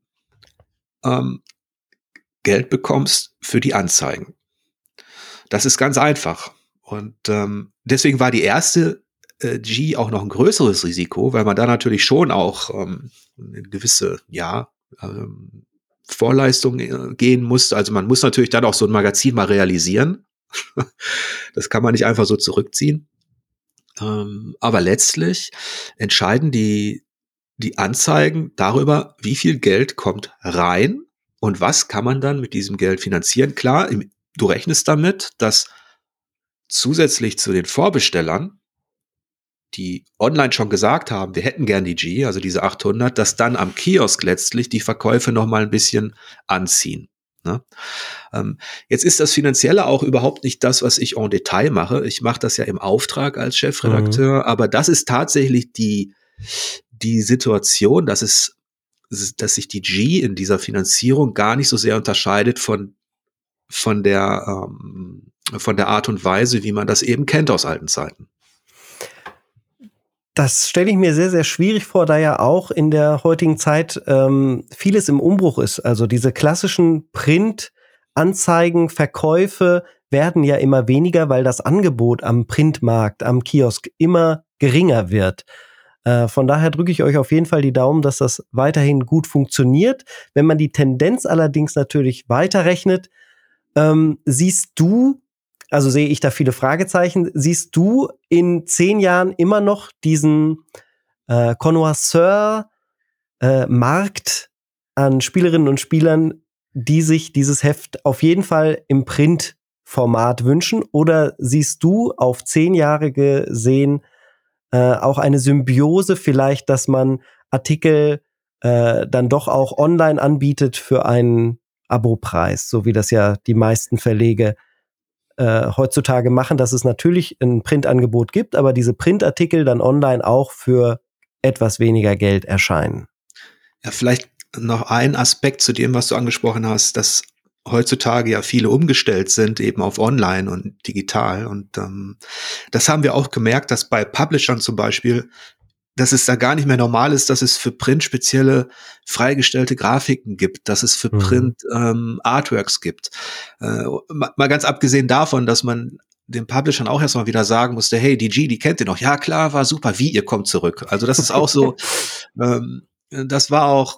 Geld bekommst für die Anzeigen. Das ist ganz einfach. Und deswegen war die erste G auch noch ein größeres Risiko, weil man da natürlich schon auch eine gewisse, Vorleistung gehen musste. Also man muss natürlich dann auch so ein Magazin mal realisieren. Das kann man nicht einfach so zurückziehen. Aber letztlich entscheiden die Anzeigen darüber, wie viel Geld kommt rein und was kann man dann mit diesem Geld finanzieren. Klar, du rechnest damit, dass zusätzlich zu den Vorbestellern, die online schon gesagt haben, wir hätten gern die G, also diese 800, dass dann am Kiosk letztlich die Verkäufe noch mal ein bisschen anziehen. Ne? Jetzt ist das Finanzielle auch überhaupt nicht das, was ich en Detail mache. Ich mache das ja im Auftrag als Chefredakteur, aber das ist tatsächlich die Situation, dass sich die G in dieser Finanzierung gar nicht so sehr unterscheidet von der Art und Weise, wie man das eben kennt aus alten Zeiten. Das stelle ich mir sehr, sehr schwierig vor, da ja auch in der heutigen Zeit vieles im Umbruch ist. Also diese klassischen Print-Anzeigen, Verkäufe werden ja immer weniger, weil das Angebot am Printmarkt, am Kiosk immer geringer wird. Von daher drücke ich euch auf jeden Fall die Daumen, dass das weiterhin gut funktioniert. Wenn man die Tendenz allerdings natürlich weiterrechnet, siehst du, also sehe ich da viele Fragezeichen, siehst du in 10 Jahren immer noch diesen Connoisseur Markt an Spielerinnen und Spielern, die sich dieses Heft auf jeden Fall im Printformat wünschen? Oder siehst du auf 10 Jahre gesehen auch eine Symbiose vielleicht, dass man Artikel dann doch auch online anbietet für einen Abopreis, so wie das ja die meisten Verlege heutzutage machen, dass es natürlich ein Printangebot gibt, aber diese Printartikel dann online auch für etwas weniger Geld erscheinen? Ja, vielleicht noch ein Aspekt zu dem, was du angesprochen hast, dass heutzutage ja viele umgestellt sind eben auf online und digital. Und das haben wir auch gemerkt, dass bei Publishern zum Beispiel, dass es da gar nicht mehr normal ist, dass es für Print spezielle freigestellte Grafiken gibt, dass es für Print Artworks gibt. Mal ganz abgesehen davon, dass man den Publishern auch erstmal wieder sagen musste, hey, die G, die kennt ihr noch. Ja, klar, war super. Wie, ihr kommt zurück? Also das ist auch so, das war auch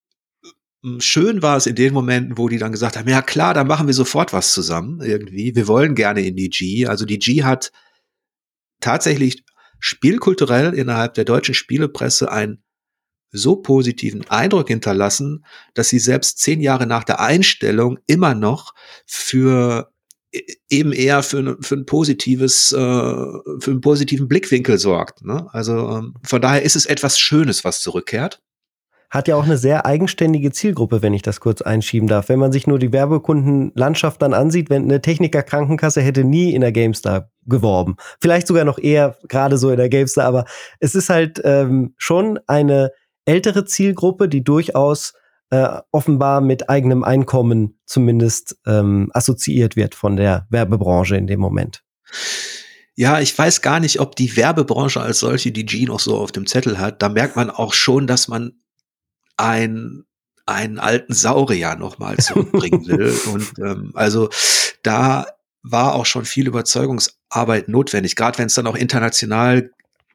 schön war es in den Momenten, wo die dann gesagt haben, ja klar, dann machen wir sofort was zusammen irgendwie. Wir wollen gerne in die G. Also die G hat tatsächlich spielkulturell innerhalb der deutschen Spielepresse einen so positiven Eindruck hinterlassen, dass sie selbst 10 Jahre nach der Einstellung immer noch für eben eher für ein positives, für einen positiven Blickwinkel sorgt. Ne? Also von daher ist es etwas Schönes, was zurückkehrt. Hat ja auch eine sehr eigenständige Zielgruppe, wenn ich das kurz einschieben darf. Wenn man sich nur die Werbekundenlandschaft dann ansieht, wenn eine Techniker-Krankenkasse hätte nie in der GameStar geworben. Vielleicht sogar noch eher gerade so in der GameStar, aber es ist halt schon eine ältere Zielgruppe, die durchaus offenbar mit eigenem Einkommen zumindest assoziiert wird von der Werbebranche in dem Moment. Ja, ich weiß gar nicht, ob die Werbebranche als solche die G noch so auf dem Zettel hat. Da merkt man auch schon, dass man einen alten Saurier nochmal zurückbringen will. Und also da war auch schon viel Überzeugungsarbeit notwendig, gerade wenn es dann auch international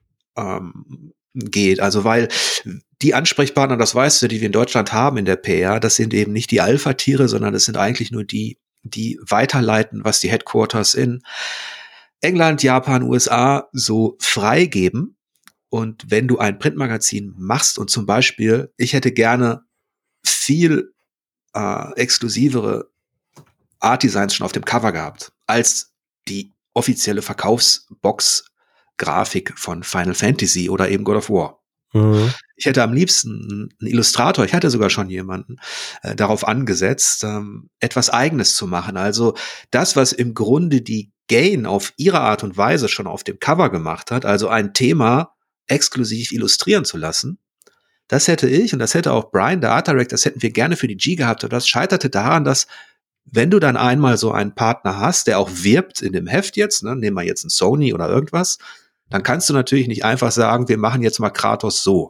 geht. Also weil die Ansprechpartner, das weißt du, die wir in Deutschland haben in der PR, das sind eben nicht die Alpha-Tiere, sondern das sind eigentlich nur die weiterleiten, was die Headquarters in England, Japan, USA so freigeben. Und wenn du ein Printmagazin machst und zum Beispiel, ich hätte gerne viel exklusivere Art-Designs schon auf dem Cover gehabt, als die offizielle Verkaufsbox-Grafik von Final Fantasy oder eben God of War. Mhm. Ich hätte am liebsten einen Illustrator, ich hatte sogar schon jemanden, darauf angesetzt, etwas Eigenes zu machen. Also das, was im Grunde die Gain auf ihre Art und Weise schon auf dem Cover gemacht hat, also ein Thema exklusiv illustrieren zu lassen, das hätte ich und das hätte auch Brian, der Art Director, das hätten wir gerne für die G gehabt. Und das scheiterte daran, dass wenn du dann einmal so einen Partner hast, der auch wirbt in dem Heft jetzt, ne, nehmen wir jetzt ein Sony oder irgendwas, dann kannst du natürlich nicht einfach sagen, wir machen jetzt mal Kratos so.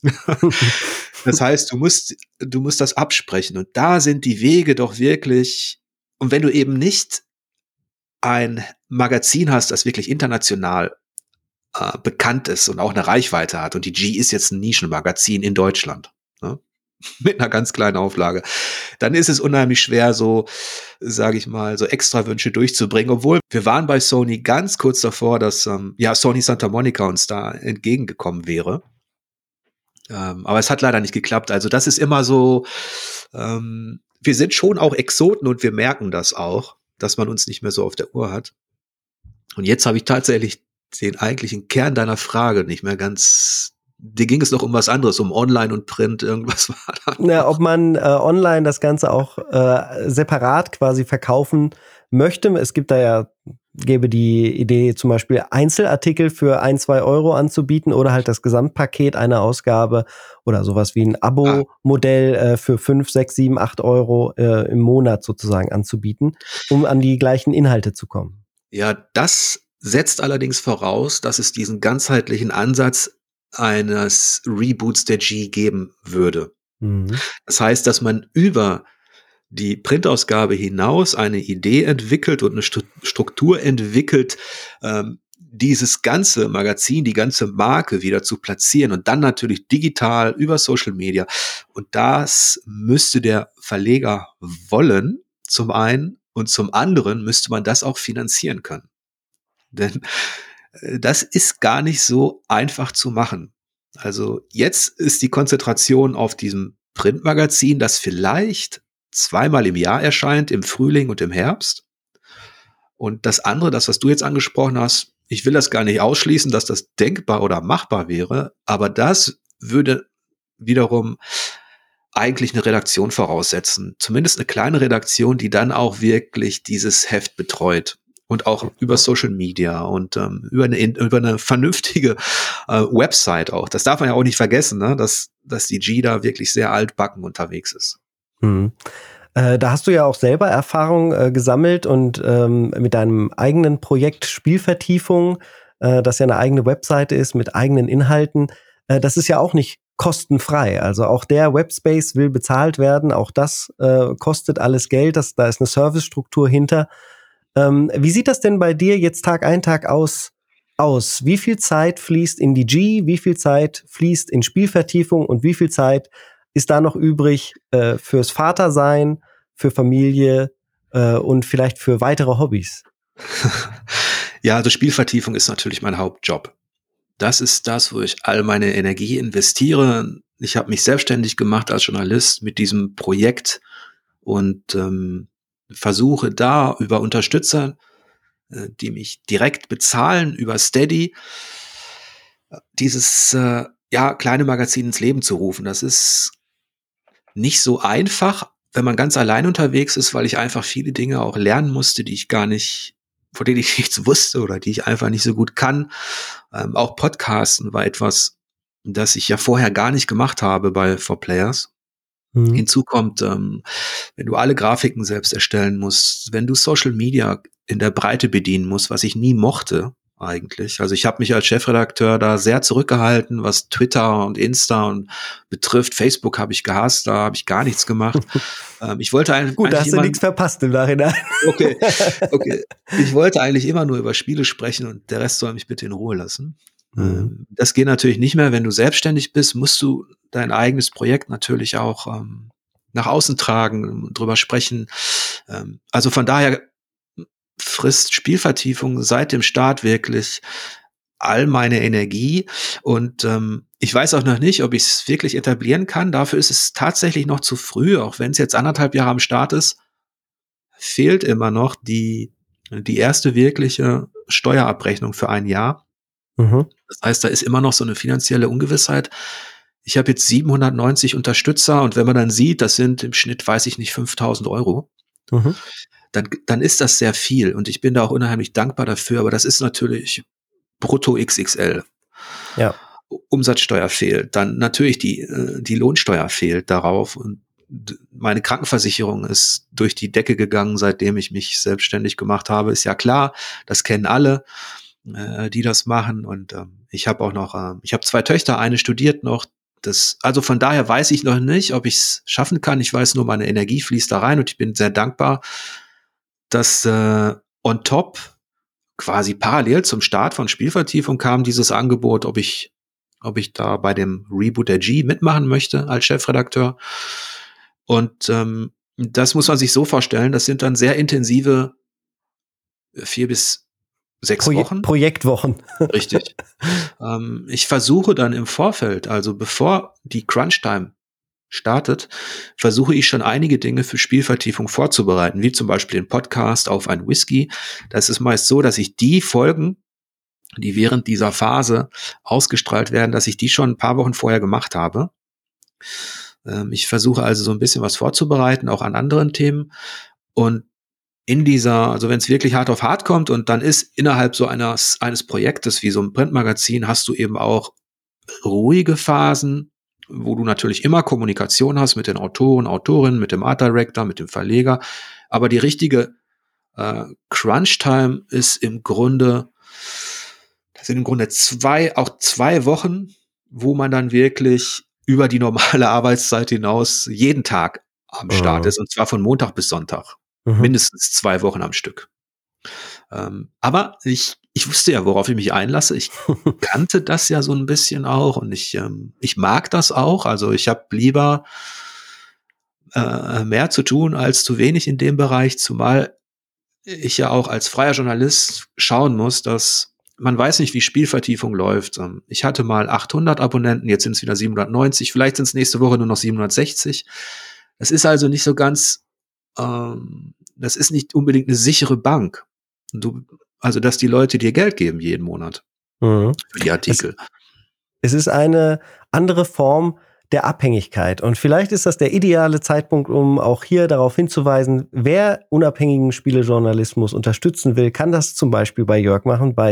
Das heißt, du musst das absprechen. Und da sind die Wege doch wirklich, und wenn du eben nicht ein Magazin hast, das wirklich international bekannt ist und auch eine Reichweite hat. Und die G ist jetzt ein Nischenmagazin in Deutschland, ne? Mit einer ganz kleinen Auflage. Dann ist es unheimlich schwer, so, sage ich mal, so Extrawünsche durchzubringen. Obwohl wir waren bei Sony ganz kurz davor, dass Sony Santa Monica uns da entgegengekommen wäre. Aber es hat leider nicht geklappt. Also das ist immer so, wir sind schon auch Exoten und wir merken das auch, dass man uns nicht mehr so auf der Uhr hat. Und jetzt habe ich tatsächlich den eigentlichen Kern deiner Frage nicht mehr ganz. Dir ging es noch um was anderes, um Online und Print, irgendwas war da. Na, ob man online das Ganze auch separat quasi verkaufen möchte. Es gibt da ja, gäbe die Idee, zum Beispiel Einzelartikel für 1-2 Euro anzubieten oder halt das Gesamtpaket einer Ausgabe oder sowas wie ein Abo-Modell für 5, 6, 7, 8 Euro im Monat sozusagen anzubieten, um an die gleichen Inhalte zu kommen. Ja, das setzt allerdings voraus, dass es diesen ganzheitlichen Ansatz eines Reboots der G geben würde. Mhm. Das heißt, dass man über die Printausgabe hinaus eine Idee entwickelt und eine Struktur entwickelt, dieses ganze Magazin, die ganze Marke wieder zu platzieren und dann natürlich digital über Social Media. Und das müsste der Verleger wollen, zum einen, und zum anderen müsste man das auch finanzieren können. Denn das ist gar nicht so einfach zu machen. Also jetzt ist die Konzentration auf diesem Printmagazin, das vielleicht zweimal im Jahr erscheint, im Frühling und im Herbst. Und das andere, das, was du jetzt angesprochen hast, ich will das gar nicht ausschließen, dass das denkbar oder machbar wäre, aber das würde wiederum eigentlich eine Redaktion voraussetzen. Zumindest eine kleine Redaktion, die dann auch wirklich dieses Heft betreut. Und auch über Social Media und über eine vernünftige Website auch. Das darf man ja auch nicht vergessen, ne? dass die G da wirklich sehr altbacken unterwegs ist. Da hast du ja auch selber Erfahrung gesammelt und mit deinem eigenen Projekt Spielvertiefung, das ja eine eigene Webseite ist mit eigenen Inhalten, das ist ja auch nicht kostenfrei. Also auch der Webspace will bezahlt werden, auch das kostet alles Geld, da ist eine Servicestruktur hinter. Wie sieht das denn bei dir jetzt Tag ein, Tag aus? Wie viel Zeit fließt in die G, wie viel Zeit fließt in Spielvertiefung und wie viel Zeit ist da noch übrig fürs Vatersein, für Familie und vielleicht für weitere Hobbys? Ja, also Spielvertiefung ist natürlich mein Hauptjob. Das ist das, wo ich all meine Energie investiere. Ich habe mich selbstständig gemacht als Journalist mit diesem Projekt und versuche da über Unterstützer, die mich direkt bezahlen, über Steady, dieses kleine Magazin ins Leben zu rufen. Das ist nicht so einfach, wenn man ganz allein unterwegs ist, weil ich einfach viele Dinge auch lernen musste, von denen ich nichts wusste oder die ich einfach nicht so gut kann. Auch Podcasten war etwas, das ich ja vorher gar nicht gemacht habe bei 4Players. Hinzu kommt, wenn du alle Grafiken selbst erstellen musst, wenn du Social Media in der Breite bedienen musst, was ich nie mochte eigentlich. Also ich habe mich als Chefredakteur da sehr zurückgehalten, was Twitter und Insta und betrifft. Facebook habe ich gehasst, da habe ich gar nichts gemacht. Ich wollte eigentlich gut, da hast du nichts verpasst im Nachhinein. Okay. Ich wollte eigentlich immer nur über Spiele sprechen und der Rest soll mich bitte in Ruhe lassen. Das geht natürlich nicht mehr. Wenn du selbstständig bist, musst du dein eigenes Projekt natürlich auch nach außen tragen, drüber sprechen. Also von daher frisst Spielvertiefung seit dem Start wirklich all meine Energie und ich weiß auch noch nicht, ob ich es wirklich etablieren kann. Dafür ist es tatsächlich noch zu früh, auch wenn es jetzt 1,5 Jahre am Start ist, fehlt immer noch die erste wirkliche Steuerabrechnung für ein Jahr. Das heißt, da ist immer noch so eine finanzielle Ungewissheit. Ich habe jetzt 790 Unterstützer und wenn man dann sieht, das sind im Schnitt, weiß ich nicht, 5.000 Euro, dann ist das sehr viel und ich bin da auch unheimlich dankbar dafür, aber das ist natürlich brutto XXL. Ja. Umsatzsteuer fehlt, dann natürlich die Lohnsteuer fehlt darauf und meine Krankenversicherung ist durch die Decke gegangen, seitdem ich mich selbstständig gemacht habe. Ist ja klar, das kennen alle, die das machen. Und ich habe auch noch, ich habe 2 Töchter, eine studiert noch. Also von daher weiß ich noch nicht, ob ich es schaffen kann. Ich weiß nur, meine Energie fließt da rein und ich bin sehr dankbar, dass on top quasi parallel zum Start von Spielvertiefung kam dieses Angebot, ob ich da bei dem Reboot der G mitmachen möchte als Chefredakteur. Und das muss man sich so vorstellen, das sind dann sehr intensive 4 bis 6 Wochen. Projektwochen. Richtig. Ich versuche dann im Vorfeld, also bevor die Crunch-Time startet, versuche ich schon einige Dinge für Spielvertiefung vorzubereiten, wie zum Beispiel den Podcast auf ein Whisky. Das ist meist so, dass ich die Folgen, die während dieser Phase ausgestrahlt werden, dass ich die schon ein paar Wochen vorher gemacht habe. Ich versuche also so ein bisschen was vorzubereiten, auch an anderen Themen. Und also wenn es wirklich hart auf hart kommt und dann ist innerhalb so eines Projektes wie so ein Printmagazin, hast du eben auch ruhige Phasen, wo du natürlich immer Kommunikation hast mit den Autoren, Autorinnen, mit dem Art Director, mit dem Verleger. Aber die richtige Crunch-Time ist im Grunde, das sind im Grunde 2 Wochen, wo man dann wirklich über die normale Arbeitszeit hinaus jeden Tag am Start ist, und zwar von Montag bis Sonntag. Mindestens 2 Wochen am Stück. Aber ich wusste ja, worauf ich mich einlasse. Ich kannte das ja so ein bisschen auch, und ich mag das auch. Also ich habe lieber mehr zu tun als zu wenig in dem Bereich, zumal ich ja auch als freier Journalist schauen muss, dass man weiß nicht, wie Spielvertiefung läuft. Ich hatte mal 800 Abonnenten, jetzt sind es wieder 790, vielleicht sind es nächste Woche nur noch 760. Das ist also nicht so ganz, das ist nicht unbedingt eine sichere Bank. Also, dass die Leute dir Geld geben jeden Monat für die Artikel. Es ist eine andere Form der Abhängigkeit. Und vielleicht ist das der ideale Zeitpunkt, um auch hier darauf hinzuweisen, wer unabhängigen Spielejournalismus unterstützen will, kann das zum Beispiel bei Jörg machen, bei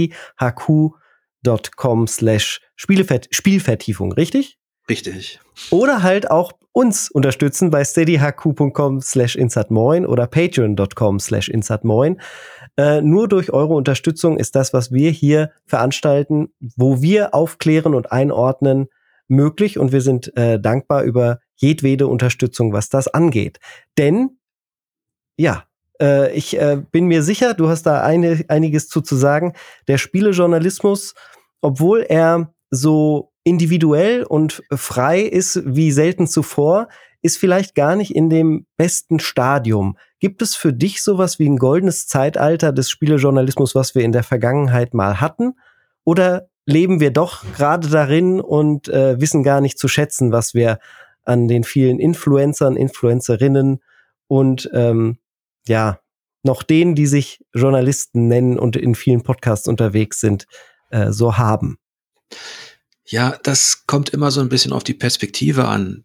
steadyhq.com/Spielvertiefung, richtig? Richtig. Oder halt auch uns unterstützen bei steadyhq.com/insadmoin oder patreon.com/insadmoin. Nur durch eure Unterstützung ist das, was wir hier veranstalten, wo wir aufklären und einordnen, möglich. Und wir sind dankbar über jedwede Unterstützung, was das angeht. Denn, ja, ich bin mir sicher, du hast da einiges zu sagen. Der Spielejournalismus, obwohl er so individuell und frei ist wie selten zuvor, ist vielleicht gar nicht in dem besten Stadium. Gibt es für dich sowas wie ein goldenes Zeitalter des Spielejournalismus, was wir in der Vergangenheit mal hatten? Oder leben wir doch gerade darin und wissen gar nicht zu schätzen, was wir an den vielen Influencern, Influencerinnen und noch denen, die sich Journalisten nennen und in vielen Podcasts unterwegs sind, so haben? Ja, das kommt immer so ein bisschen auf die Perspektive an.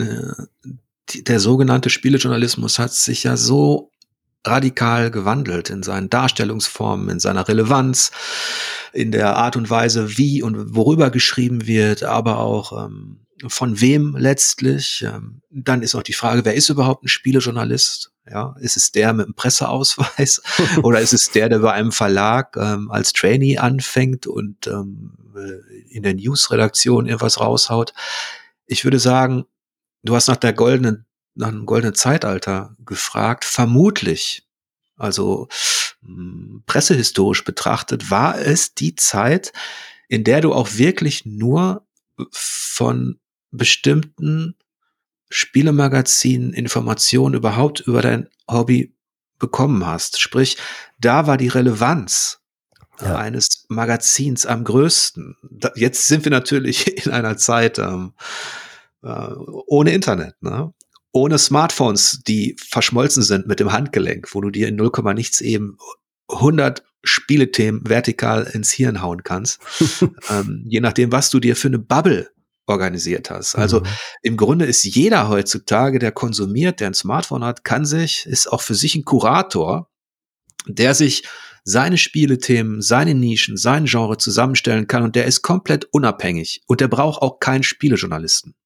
Der sogenannte Spielejournalismus hat sich ja so radikal gewandelt in seinen Darstellungsformen, in seiner Relevanz, in der Art und Weise, wie und worüber geschrieben wird, aber auch von wem letztlich. Dann ist noch die Frage, wer ist überhaupt ein Spielejournalist? Ja, ist es der mit einem Presseausweis oder ist es der bei einem Verlag als Trainee anfängt und in der Newsredaktion irgendwas raushaut? Ich würde sagen, du hast nach einem goldenen Zeitalter gefragt. Vermutlich, also pressehistorisch betrachtet, war es die Zeit, in der du auch wirklich nur von bestimmten Spielemagazinen Informationen überhaupt über dein Hobby bekommen hast. Sprich, da war die Relevanz eines Magazins am größten. Jetzt sind wir natürlich in einer Zeit ohne Internet, ne? Ohne Smartphones, die verschmolzen sind mit dem Handgelenk, wo du dir in 0, nichts eben 100 Spielethemen vertikal ins Hirn hauen kannst. Je nachdem, was du dir für eine Bubble organisiert hast. Also im Grunde ist jeder heutzutage, der konsumiert, der ein Smartphone hat, ist auch für sich ein Kurator, der sich seine Spielethemen, seine Nischen, sein Genre zusammenstellen kann, und der ist komplett unabhängig und der braucht auch keinen Spielejournalisten.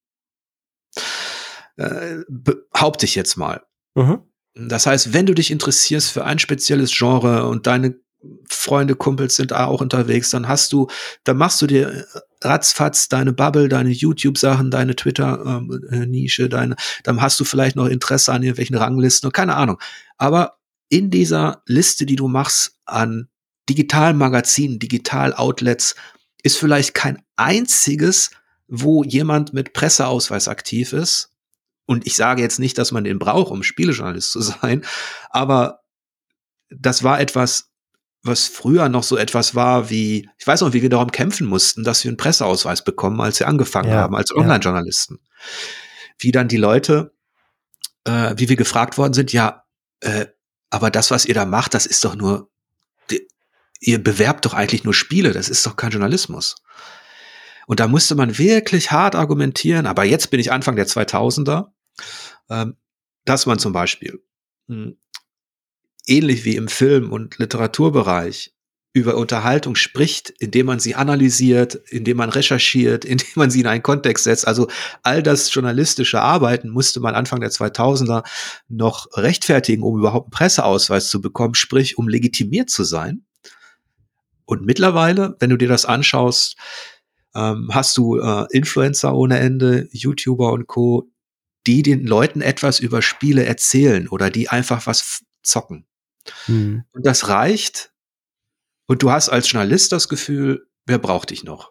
Behaupte ich jetzt mal. Das heißt, wenn du dich interessierst für ein spezielles Genre und deine Freunde, Kumpels sind auch unterwegs, dann machst du dir ratzfatz deine Bubble, deine YouTube-Sachen, deine Twitter-Nische, dann hast du vielleicht noch Interesse an irgendwelchen Ranglisten und keine Ahnung. Aber in dieser Liste, die du machst an digitalen Magazinen, Digital-Outlets, ist vielleicht kein einziges, wo jemand mit Presseausweis aktiv ist. Und ich sage jetzt nicht, dass man den braucht, um Spielejournalist zu sein, aber das war etwas, was früher noch so etwas war wie, ich weiß noch, wie wir darum kämpfen mussten, dass wir einen Presseausweis bekommen, als wir angefangen haben, als Online-Journalisten. Wie dann die Leute, wie wir gefragt worden sind, aber das, was ihr da macht, das ist doch nur, ihr bewerbt doch eigentlich nur Spiele, das ist doch kein Journalismus. Und da musste man wirklich hart argumentieren, aber jetzt bin ich Anfang der 2000er, dass man zum Beispiel ähnlich wie im Film- und Literaturbereich über Unterhaltung spricht, indem man sie analysiert, indem man recherchiert, indem man sie in einen Kontext setzt. Also all das journalistische Arbeiten musste man Anfang der 2000er noch rechtfertigen, um überhaupt einen Presseausweis zu bekommen, sprich, um legitimiert zu sein. Und mittlerweile, wenn du dir das anschaust, hast du Influencer ohne Ende, YouTuber und Co., die den Leuten etwas über Spiele erzählen oder die einfach was zocken. Mhm. Und das reicht. Und du hast als Journalist das Gefühl, wer braucht dich noch?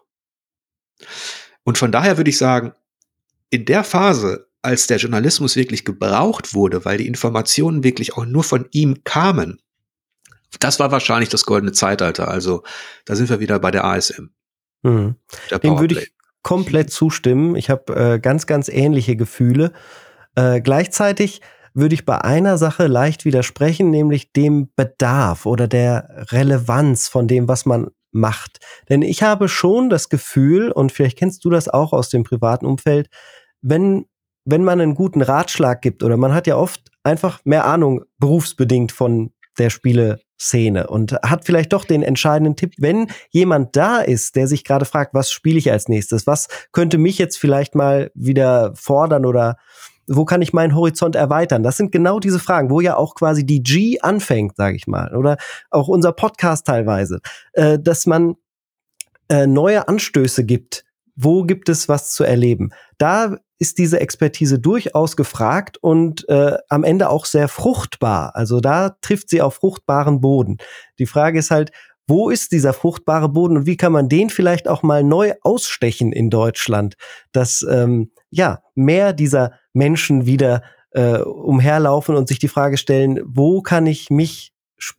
Und von daher würde ich sagen, in der Phase, als der Journalismus wirklich gebraucht wurde, weil die Informationen wirklich auch nur von ihm kamen, das war wahrscheinlich das goldene Zeitalter. Also da sind wir wieder bei der ASM, Mhm. der Dem würde Powerplay. ich komplett zustimmen. Ich habe ganz, ganz ähnliche Gefühle. Gleichzeitig würde ich bei einer Sache leicht widersprechen, nämlich dem Bedarf oder der Relevanz von dem, was man macht. Denn ich habe schon das Gefühl, und vielleicht kennst du das auch aus dem privaten Umfeld, wenn, wenn man einen guten Ratschlag gibt, oder man hat ja oft einfach mehr Ahnung berufsbedingt von der Spieleszene und hat vielleicht doch den entscheidenden Tipp, wenn jemand da ist, der sich gerade fragt, was spiele ich als nächstes, was könnte mich jetzt vielleicht mal wieder fordern oder wo kann ich meinen Horizont erweitern? Das sind genau diese Fragen, wo ja auch quasi die G anfängt, sage ich mal, oder auch unser Podcast teilweise, dass man neue Anstöße gibt. Wo gibt es was zu erleben? Da ist diese Expertise durchaus gefragt und am Ende auch sehr fruchtbar. Also da trifft sie auf fruchtbaren Boden. Die Frage ist halt, wo ist dieser fruchtbare Boden und wie kann man den vielleicht auch mal neu ausstechen in Deutschland, dass mehr dieser Menschen wieder umherlaufen und sich die Frage stellen, wo kann ich mich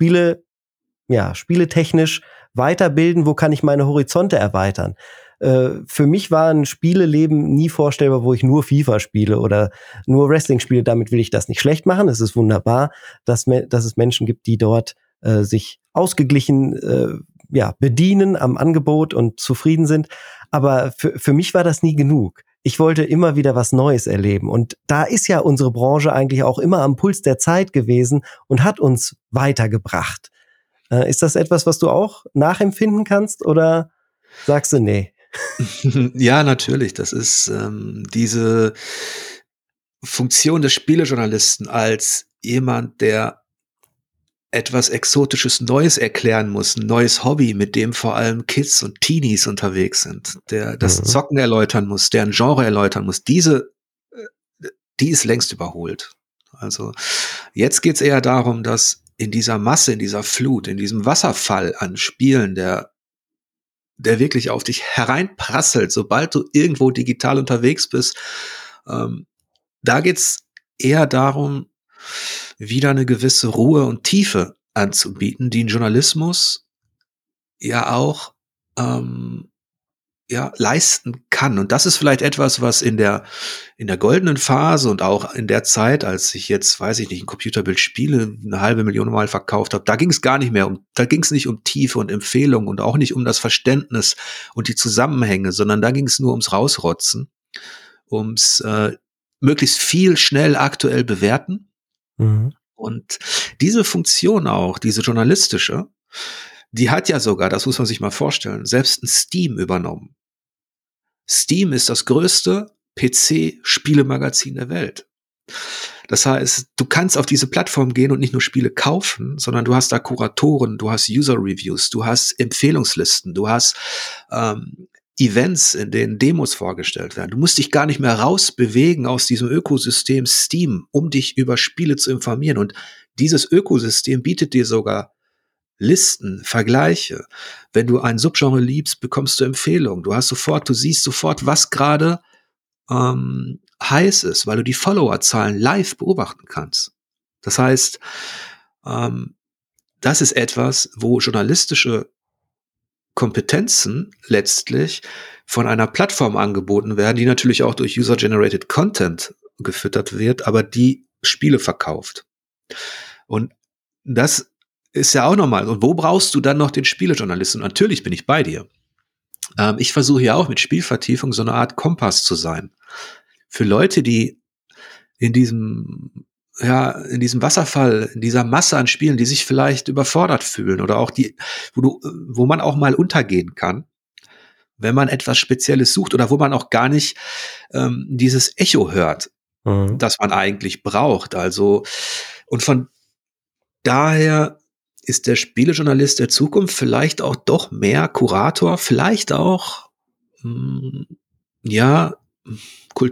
spieletechnisch weiterbilden, wo kann ich meine Horizonte erweitern? Für mich war ein Spieleleben nie vorstellbar, wo ich nur FIFA spiele oder nur Wrestling spiele. Damit will ich das nicht schlecht machen. Es ist wunderbar, dass es Menschen gibt, die dort sich ausgeglichen bedienen am Angebot und zufrieden sind. Aber für mich war das nie genug. Ich wollte immer wieder was Neues erleben. Und da ist ja unsere Branche eigentlich auch immer am Puls der Zeit gewesen und hat uns weitergebracht. Ist das etwas, was du auch nachempfinden kannst oder sagst du nee? Ja, natürlich. Das ist diese Funktion des Spielejournalisten als jemand, der etwas Exotisches Neues erklären muss, ein neues Hobby, mit dem vor allem Kids und Teenies unterwegs sind, der das Zocken erläutern muss, der ein Genre erläutern muss. Die ist längst überholt. Also jetzt geht's eher darum, dass in dieser Masse, in dieser Flut, in diesem Wasserfall an Spielen, der wirklich auf dich hereinprasselt, sobald du irgendwo digital unterwegs bist, da geht's eher darum, wieder eine gewisse Ruhe und Tiefe anzubieten, die ein Journalismus ja auch leisten kann. Und das ist vielleicht etwas, was in der goldenen Phase und auch in der Zeit, als ich jetzt, weiß ich nicht, ein Computerbild Spiele 500.000 Mal verkauft habe, da ging es nicht um Tiefe und Empfehlung und auch nicht um das Verständnis und die Zusammenhänge, sondern da ging es nur ums Rausrotzen, ums möglichst viel schnell aktuell bewerten. Mhm. Und diese Funktion auch, diese journalistische, die hat ja sogar, das muss man sich mal vorstellen, selbst ein Steam übernommen. Steam ist das größte PC-Spielemagazin der Welt. Das heißt, du kannst auf diese Plattform gehen und nicht nur Spiele kaufen, sondern du hast da Kuratoren, du hast User-Reviews, du hast Empfehlungslisten, du hast Events, in denen Demos vorgestellt werden. Du musst dich gar nicht mehr rausbewegen aus diesem Ökosystem Steam, um dich über Spiele zu informieren. Und dieses Ökosystem bietet dir sogar Listen, Vergleiche. Wenn du ein Subgenre liebst, bekommst du Empfehlungen. Du siehst sofort, was gerade heiß ist, weil du die Followerzahlen live beobachten kannst. Das heißt, das ist etwas, wo journalistische Kompetenzen letztlich von einer Plattform angeboten werden, die natürlich auch durch User-Generated Content gefüttert wird, aber die Spiele verkauft. Und das ist ja auch normal. Und wo brauchst du dann noch den Spielejournalisten? Und natürlich bin ich bei dir. Ich versuche ja auch mit Spielvertiefung so eine Art Kompass zu sein. Für Leute, die in diesem Wasserfall, in dieser Masse an Spielen, die sich vielleicht überfordert fühlen oder auch wo man auch mal untergehen kann, wenn man etwas Spezielles sucht oder wo man auch gar nicht dieses Echo hört, das man eigentlich braucht. Also, und von daher ist der Spielejournalist der Zukunft vielleicht auch doch mehr Kurator, vielleicht auch, Kultur,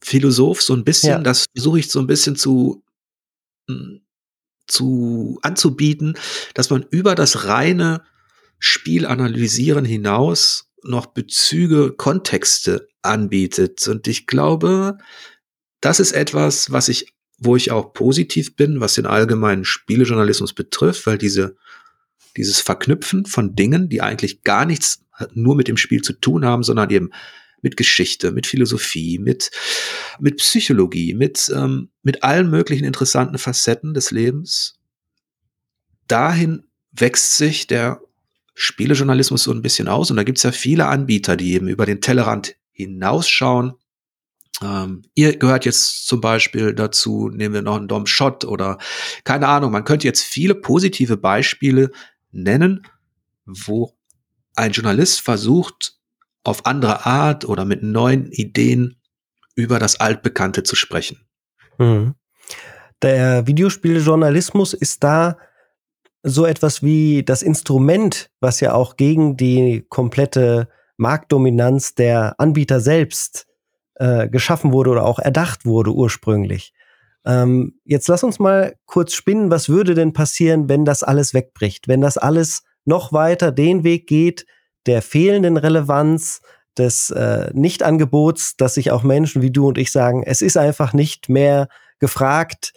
Philosoph so ein bisschen. Ja. Das versuche ich so ein bisschen hm, zu anzubieten, dass man über das reine Spiel analysieren hinaus noch Bezüge, Kontexte anbietet. Und ich glaube, das ist etwas, wo ich auch positiv bin, was den allgemeinen Spielejournalismus betrifft, weil dieses Verknüpfen von Dingen, die eigentlich gar nichts nur mit dem Spiel zu tun haben, sondern eben mit Geschichte, mit Philosophie, mit Psychologie, mit allen möglichen interessanten Facetten des Lebens. Dahin wächst sich der Spielejournalismus so ein bisschen aus. Und da gibt's ja viele Anbieter, die eben über den Tellerrand hinausschauen. Ihr gehört jetzt zum Beispiel dazu, nehmen wir noch einen Dom Schott oder keine Ahnung, man könnte jetzt viele positive Beispiele nennen, wo ein Journalist versucht, auf andere Art oder mit neuen Ideen über das Altbekannte zu sprechen. Mhm. Der Videospieljournalismus ist da so etwas wie das Instrument, was ja auch gegen die komplette Marktdominanz der Anbieter selbst geschaffen wurde oder auch erdacht wurde ursprünglich. Jetzt lass uns mal kurz spinnen, was würde denn passieren, wenn das alles wegbricht, wenn das alles noch weiter den Weg geht, der fehlenden Relevanz, des Nichtangebots, dass sich auch Menschen wie du und ich sagen, es ist einfach nicht mehr gefragt.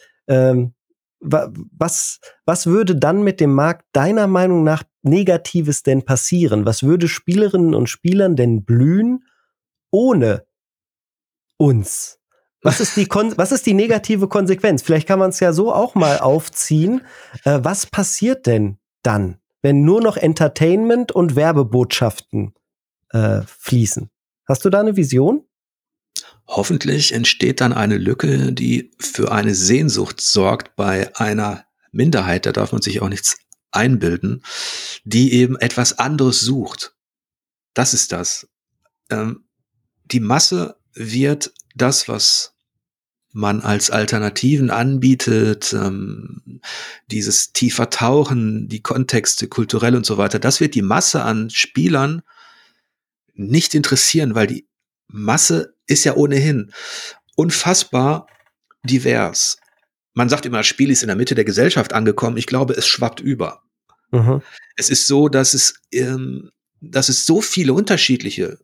Was würde dann mit dem Markt deiner Meinung nach Negatives denn passieren? Was würde Spielerinnen und Spielern denn blühen ohne uns? Was ist die negative Konsequenz? Vielleicht kann man es ja so auch mal aufziehen. Was passiert denn dann, wenn nur noch Entertainment und Werbebotschaften fließen? Hast du da eine Vision? Hoffentlich entsteht dann eine Lücke, die für eine Sehnsucht sorgt bei einer Minderheit, da darf man sich auch nichts einbilden, die eben etwas anderes sucht. Das ist das. Die Masse wird das, was man als Alternativen anbietet, dieses tiefer Tauchen, die Kontexte, kulturell und so weiter, das wird die Masse an Spielern nicht interessieren, weil die Masse ist ja ohnehin unfassbar divers. Man sagt immer, das Spiel ist in der Mitte der Gesellschaft angekommen. Ich glaube, es schwappt über. Mhm. Es ist so, dass es so viele unterschiedliche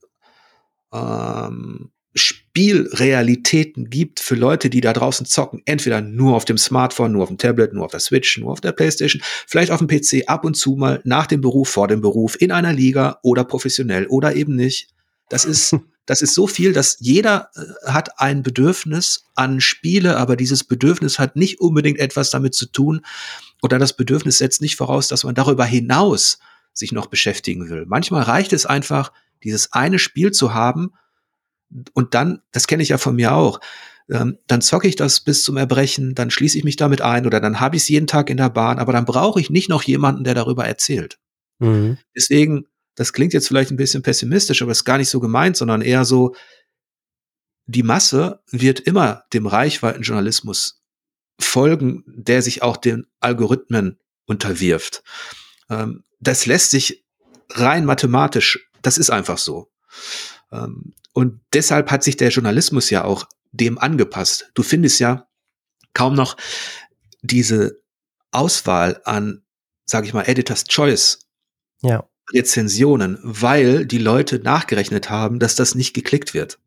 Spielrealitäten gibt für Leute, die da draußen zocken. Entweder nur auf dem Smartphone, nur auf dem Tablet, nur auf der Switch, nur auf der Playstation, vielleicht auf dem PC, ab und zu mal nach dem Beruf, vor dem Beruf, in einer Liga oder professionell oder eben nicht. Das ist so viel, dass jeder hat ein Bedürfnis an Spiele, aber dieses Bedürfnis hat nicht unbedingt etwas damit zu tun oder das Bedürfnis setzt nicht voraus, dass man darüber hinaus sich noch beschäftigen will. Manchmal reicht es einfach, dieses eine Spiel zu haben und dann, das kenne ich ja von mir auch, dann zocke ich das bis zum Erbrechen, dann schließe ich mich damit ein oder dann habe ich es jeden Tag in der Bahn, aber dann brauche ich nicht noch jemanden, der darüber erzählt. Mhm. Deswegen, das klingt jetzt vielleicht ein bisschen pessimistisch, aber ist gar nicht so gemeint, sondern eher so, die Masse wird immer dem Reichweitenjournalismus folgen, der sich auch den Algorithmen unterwirft. Das lässt sich rein mathematisch, das ist einfach so. Und deshalb hat sich der Journalismus ja auch dem angepasst. Du findest ja kaum noch diese Auswahl an, sage ich mal, Editor's Choice Ja. Rezensionen, weil die Leute nachgerechnet haben, dass das nicht geklickt wird.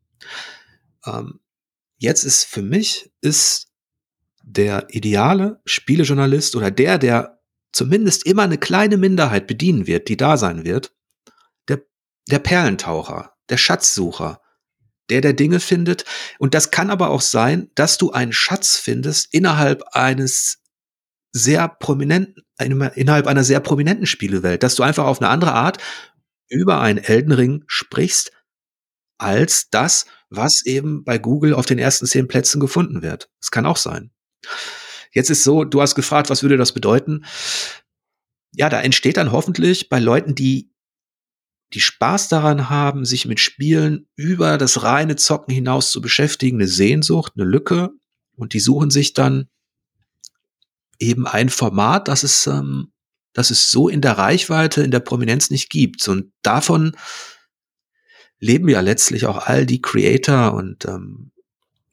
Jetzt ist für mich der ideale Spielejournalist oder der zumindest immer eine kleine Minderheit bedienen wird, die da sein wird, der Perlentaucher, der Schatzsucher, der Dinge findet. Und das kann aber auch sein, dass du einen Schatz findest innerhalb einer sehr prominenten Spielewelt, dass du einfach auf eine andere Art über einen Elden Ring sprichst, als das, was eben bei Google auf den ersten 10 Plätzen gefunden wird. Das kann auch sein. Jetzt ist so, du hast gefragt, was würde das bedeuten? Ja, da entsteht dann hoffentlich bei Leuten, die Spaß daran haben, sich mit Spielen über das reine Zocken hinaus zu beschäftigen, eine Sehnsucht, eine Lücke. Und die suchen sich dann eben ein Format, das es so in der Reichweite, in der Prominenz nicht gibt. Und davon leben ja letztlich auch all die Creator und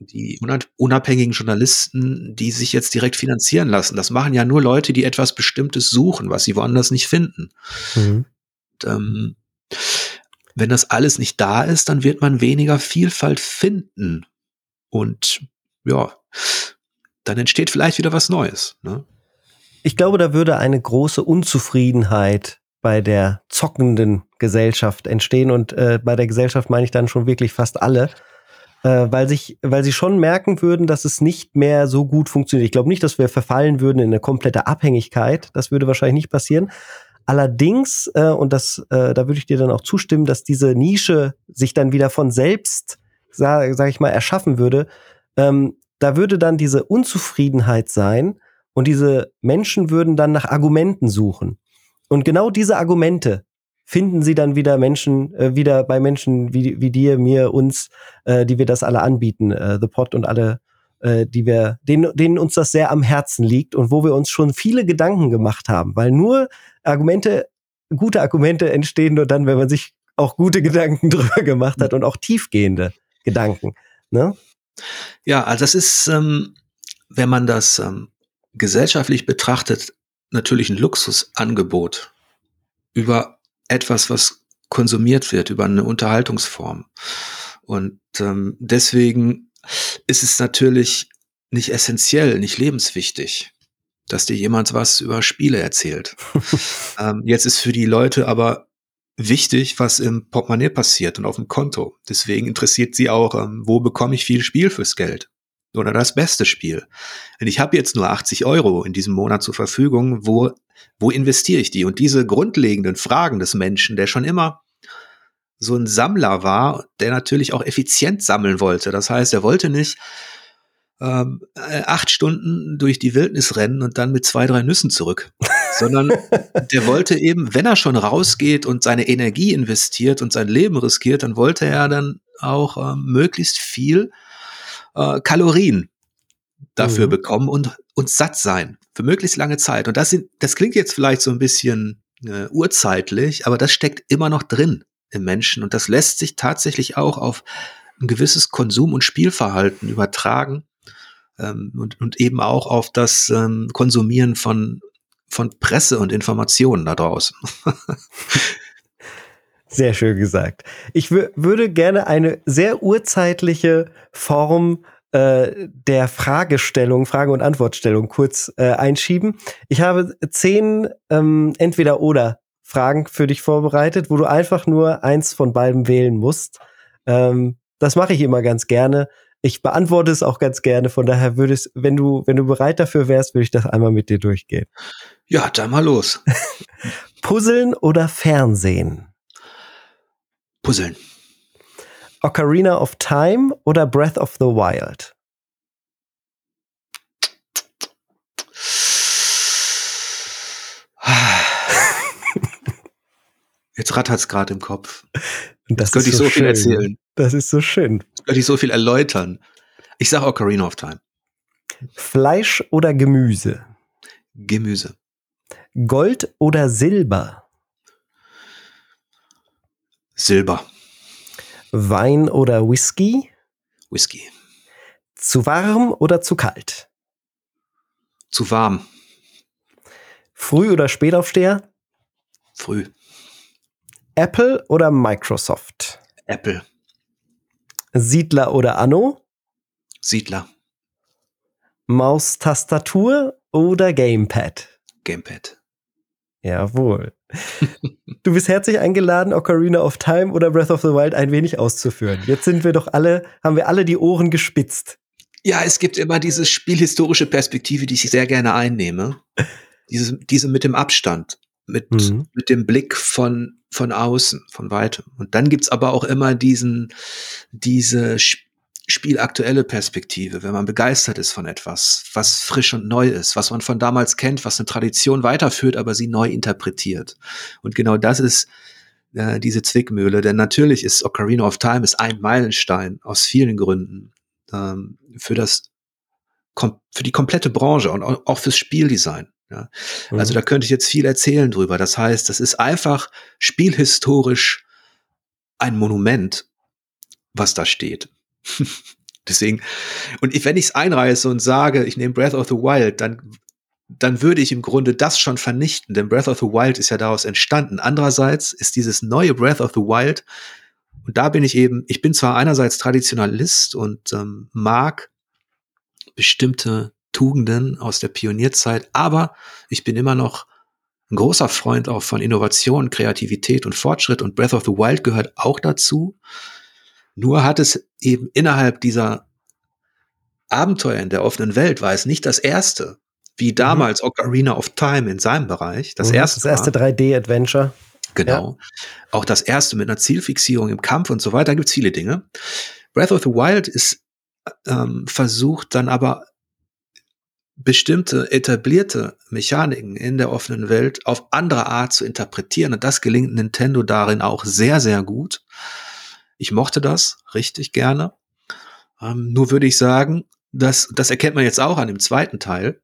die unabhängigen Journalisten, die sich jetzt direkt finanzieren lassen. Das machen ja nur Leute, die etwas Bestimmtes suchen, was sie woanders nicht finden. Mhm. Und, wenn das alles nicht da ist, dann wird man weniger Vielfalt finden. Und ja, dann entsteht vielleicht wieder was Neues. Ne? Ich glaube, da würde eine große Unzufriedenheit bei der zockenden Gesellschaft entstehen. Und bei der Gesellschaft meine ich dann schon wirklich fast alle. Weil sie schon merken würden, dass es nicht mehr so gut funktioniert. Ich glaube nicht, dass wir verfallen würden in eine komplette Abhängigkeit. Das würde wahrscheinlich nicht passieren. Allerdings, und da würde ich dir dann auch zustimmen, dass diese Nische sich dann wieder von selbst, sag ich mal, erschaffen würde. Da würde dann diese Unzufriedenheit sein und diese Menschen würden dann nach Argumenten suchen. Und genau diese Argumente finden sie dann wieder bei Menschen wie dir, mir, uns, die wir das alle anbieten, The Pod und alle, denen uns das sehr am Herzen liegt und wo wir uns schon viele Gedanken gemacht haben, weil nur gute Argumente entstehen nur dann, wenn man sich auch gute Gedanken drüber gemacht hat und auch tiefgehende Gedanken. Ne? Ja, also das ist, wenn man das gesellschaftlich betrachtet, natürlich ein Luxusangebot über etwas, was konsumiert wird, über eine Unterhaltungsform. Und deswegen ist es natürlich nicht essentiell, nicht lebenswichtig, dass dir jemand was über Spiele erzählt. Jetzt ist für die Leute aber wichtig, was im Portemonnaie passiert und auf dem Konto. Deswegen interessiert sie auch, wo bekomme ich viel Spiel fürs Geld? Oder das beste Spiel. Denn ich habe jetzt nur 80 € in diesem Monat zur Verfügung, wo investiere ich die? Und diese grundlegenden Fragen des Menschen, der schon immer so ein Sammler war, der natürlich auch effizient sammeln wollte. Das heißt, er wollte nicht 8 Stunden durch die Wildnis rennen und dann mit 2, 3 Nüssen zurück. Sondern der wollte eben, wenn er schon rausgeht und seine Energie investiert und sein Leben riskiert, dann wollte er dann auch möglichst viel Kalorien dafür bekommen und satt sein. Für möglichst lange Zeit. Und das klingt jetzt vielleicht so ein bisschen urzeitlich, aber das steckt immer noch drin im Menschen. Und das lässt sich tatsächlich auch auf ein gewisses Konsum- und Spielverhalten übertragen. Und eben auch auf das Konsumieren von Presse und Informationen da draußen. Sehr schön gesagt. Ich würde gerne eine sehr urzeitliche Form der Fragestellung, Frage- und Antwortstellung kurz einschieben. Ich habe 10 Entweder-oder-Fragen für dich vorbereitet, wo du einfach nur eins von beiden wählen musst. Das mache ich immer ganz gerne. Ich beantworte es auch ganz gerne. Von daher wenn du bereit dafür wärst, würde ich das einmal mit dir durchgehen. Ja, dann mal los. Puzzeln oder Fernsehen? Puzzeln. Ocarina of Time oder Breath of the Wild? Jetzt rattert's gerade im Kopf. Das könnte ich so viel erzählen. Das ist so schön. Jetzt könnte ich so viel erläutern. Ich sage Ocarina of Time. Fleisch oder Gemüse? Gemüse. Gold oder Silber? Silber. Wein oder Whisky? Whisky. Zu warm oder zu kalt? Zu warm. Früh- oder Spätaufsteher? Früh. Apple oder Microsoft? Apple. Siedler oder Anno? Siedler. Maustastatur oder Gamepad? Gamepad. Jawohl. Du bist herzlich eingeladen, Ocarina of Time oder Breath of the Wild ein wenig auszuführen. Jetzt haben wir alle die Ohren gespitzt. Ja, es gibt immer diese spielhistorische Perspektive, die ich sehr gerne einnehme. Diese mit dem Abstand, mit dem Blick von außen, von weitem. Und dann gibt's aber auch immer diese spielaktuelle Perspektive, wenn man begeistert ist von etwas, was frisch und neu ist, was man von damals kennt, was eine Tradition weiterführt, aber sie neu interpretiert. Und genau das ist diese Zwickmühle, denn natürlich ist Ocarina of Time ist ein Meilenstein aus vielen Gründen für die komplette Branche und auch fürs Spieldesign. Ja. Also da könnte ich jetzt viel erzählen drüber. Das heißt, das ist einfach spielhistorisch ein Monument, was da steht. Deswegen, wenn ich es einreiße und sage, ich nehme Breath of the Wild, dann würde ich im Grunde das schon vernichten, denn Breath of the Wild ist ja daraus entstanden. Andererseits ist dieses neue Breath of the Wild, und da bin ich bin zwar einerseits Traditionalist und mag bestimmte Tugenden aus der Pionierzeit, aber ich bin immer noch ein großer Freund auch von Innovation, Kreativität und Fortschritt, und Breath of the Wild gehört auch dazu. Nur hat es eben innerhalb dieser Abenteuer in der offenen Welt, war es nicht das erste, wie damals Ocarina of Time in seinem Bereich, das erste 3D-Adventure. Genau. Ja. Auch das erste mit einer Zielfixierung im Kampf und so weiter, da gibt es viele Dinge. Breath of the Wild ist versucht dann aber bestimmte etablierte Mechaniken in der offenen Welt auf andere Art zu interpretieren, und das gelingt Nintendo darin auch sehr, sehr gut. Ich mochte das richtig gerne. Nur würde ich sagen, das erkennt man jetzt auch an dem zweiten Teil,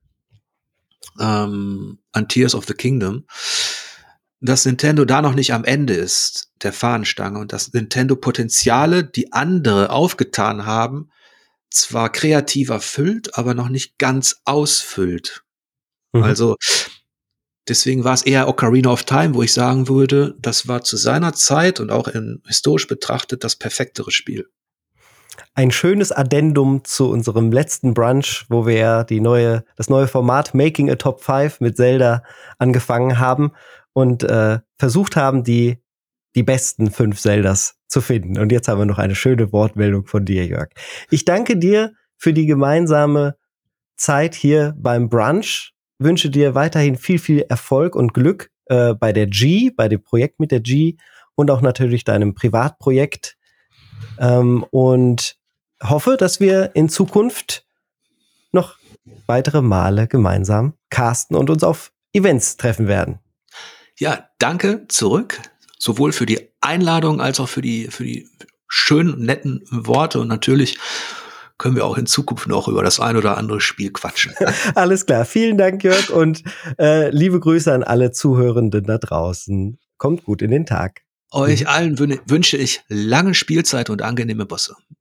an Tears of the Kingdom, dass Nintendo da noch nicht am Ende ist, der Fahnenstange, und dass Nintendo Potenziale, die andere aufgetan haben, zwar kreativ erfüllt, aber noch nicht ganz ausfüllt. Also deswegen war es eher Ocarina of Time, wo ich sagen würde, das war zu seiner Zeit und auch historisch betrachtet das perfektere Spiel. Ein schönes Addendum zu unserem letzten Brunch, wo wir ja das neue Format Making a Top 5 mit Zelda angefangen haben und versucht haben, die besten 5 Zeldas zu finden. Und jetzt haben wir noch eine schöne Wortmeldung von dir, Jörg. Ich danke dir für die gemeinsame Zeit hier beim Brunch. Wünsche dir weiterhin viel, viel Erfolg und Glück bei der G, bei dem Projekt mit der G und auch natürlich deinem Privatprojekt. Und hoffe, dass wir in Zukunft noch weitere Male gemeinsam casten und uns auf Events treffen werden. Ja, danke zurück. Sowohl für die Einladung als auch für die schönen, netten Worte. Und natürlich können wir auch in Zukunft noch über das ein oder andere Spiel quatschen. Alles klar. Vielen Dank, Jörg. Und liebe Grüße an alle Zuhörenden da draußen. Kommt gut in den Tag. Euch allen wünsche ich lange Spielzeit und angenehme Bosse.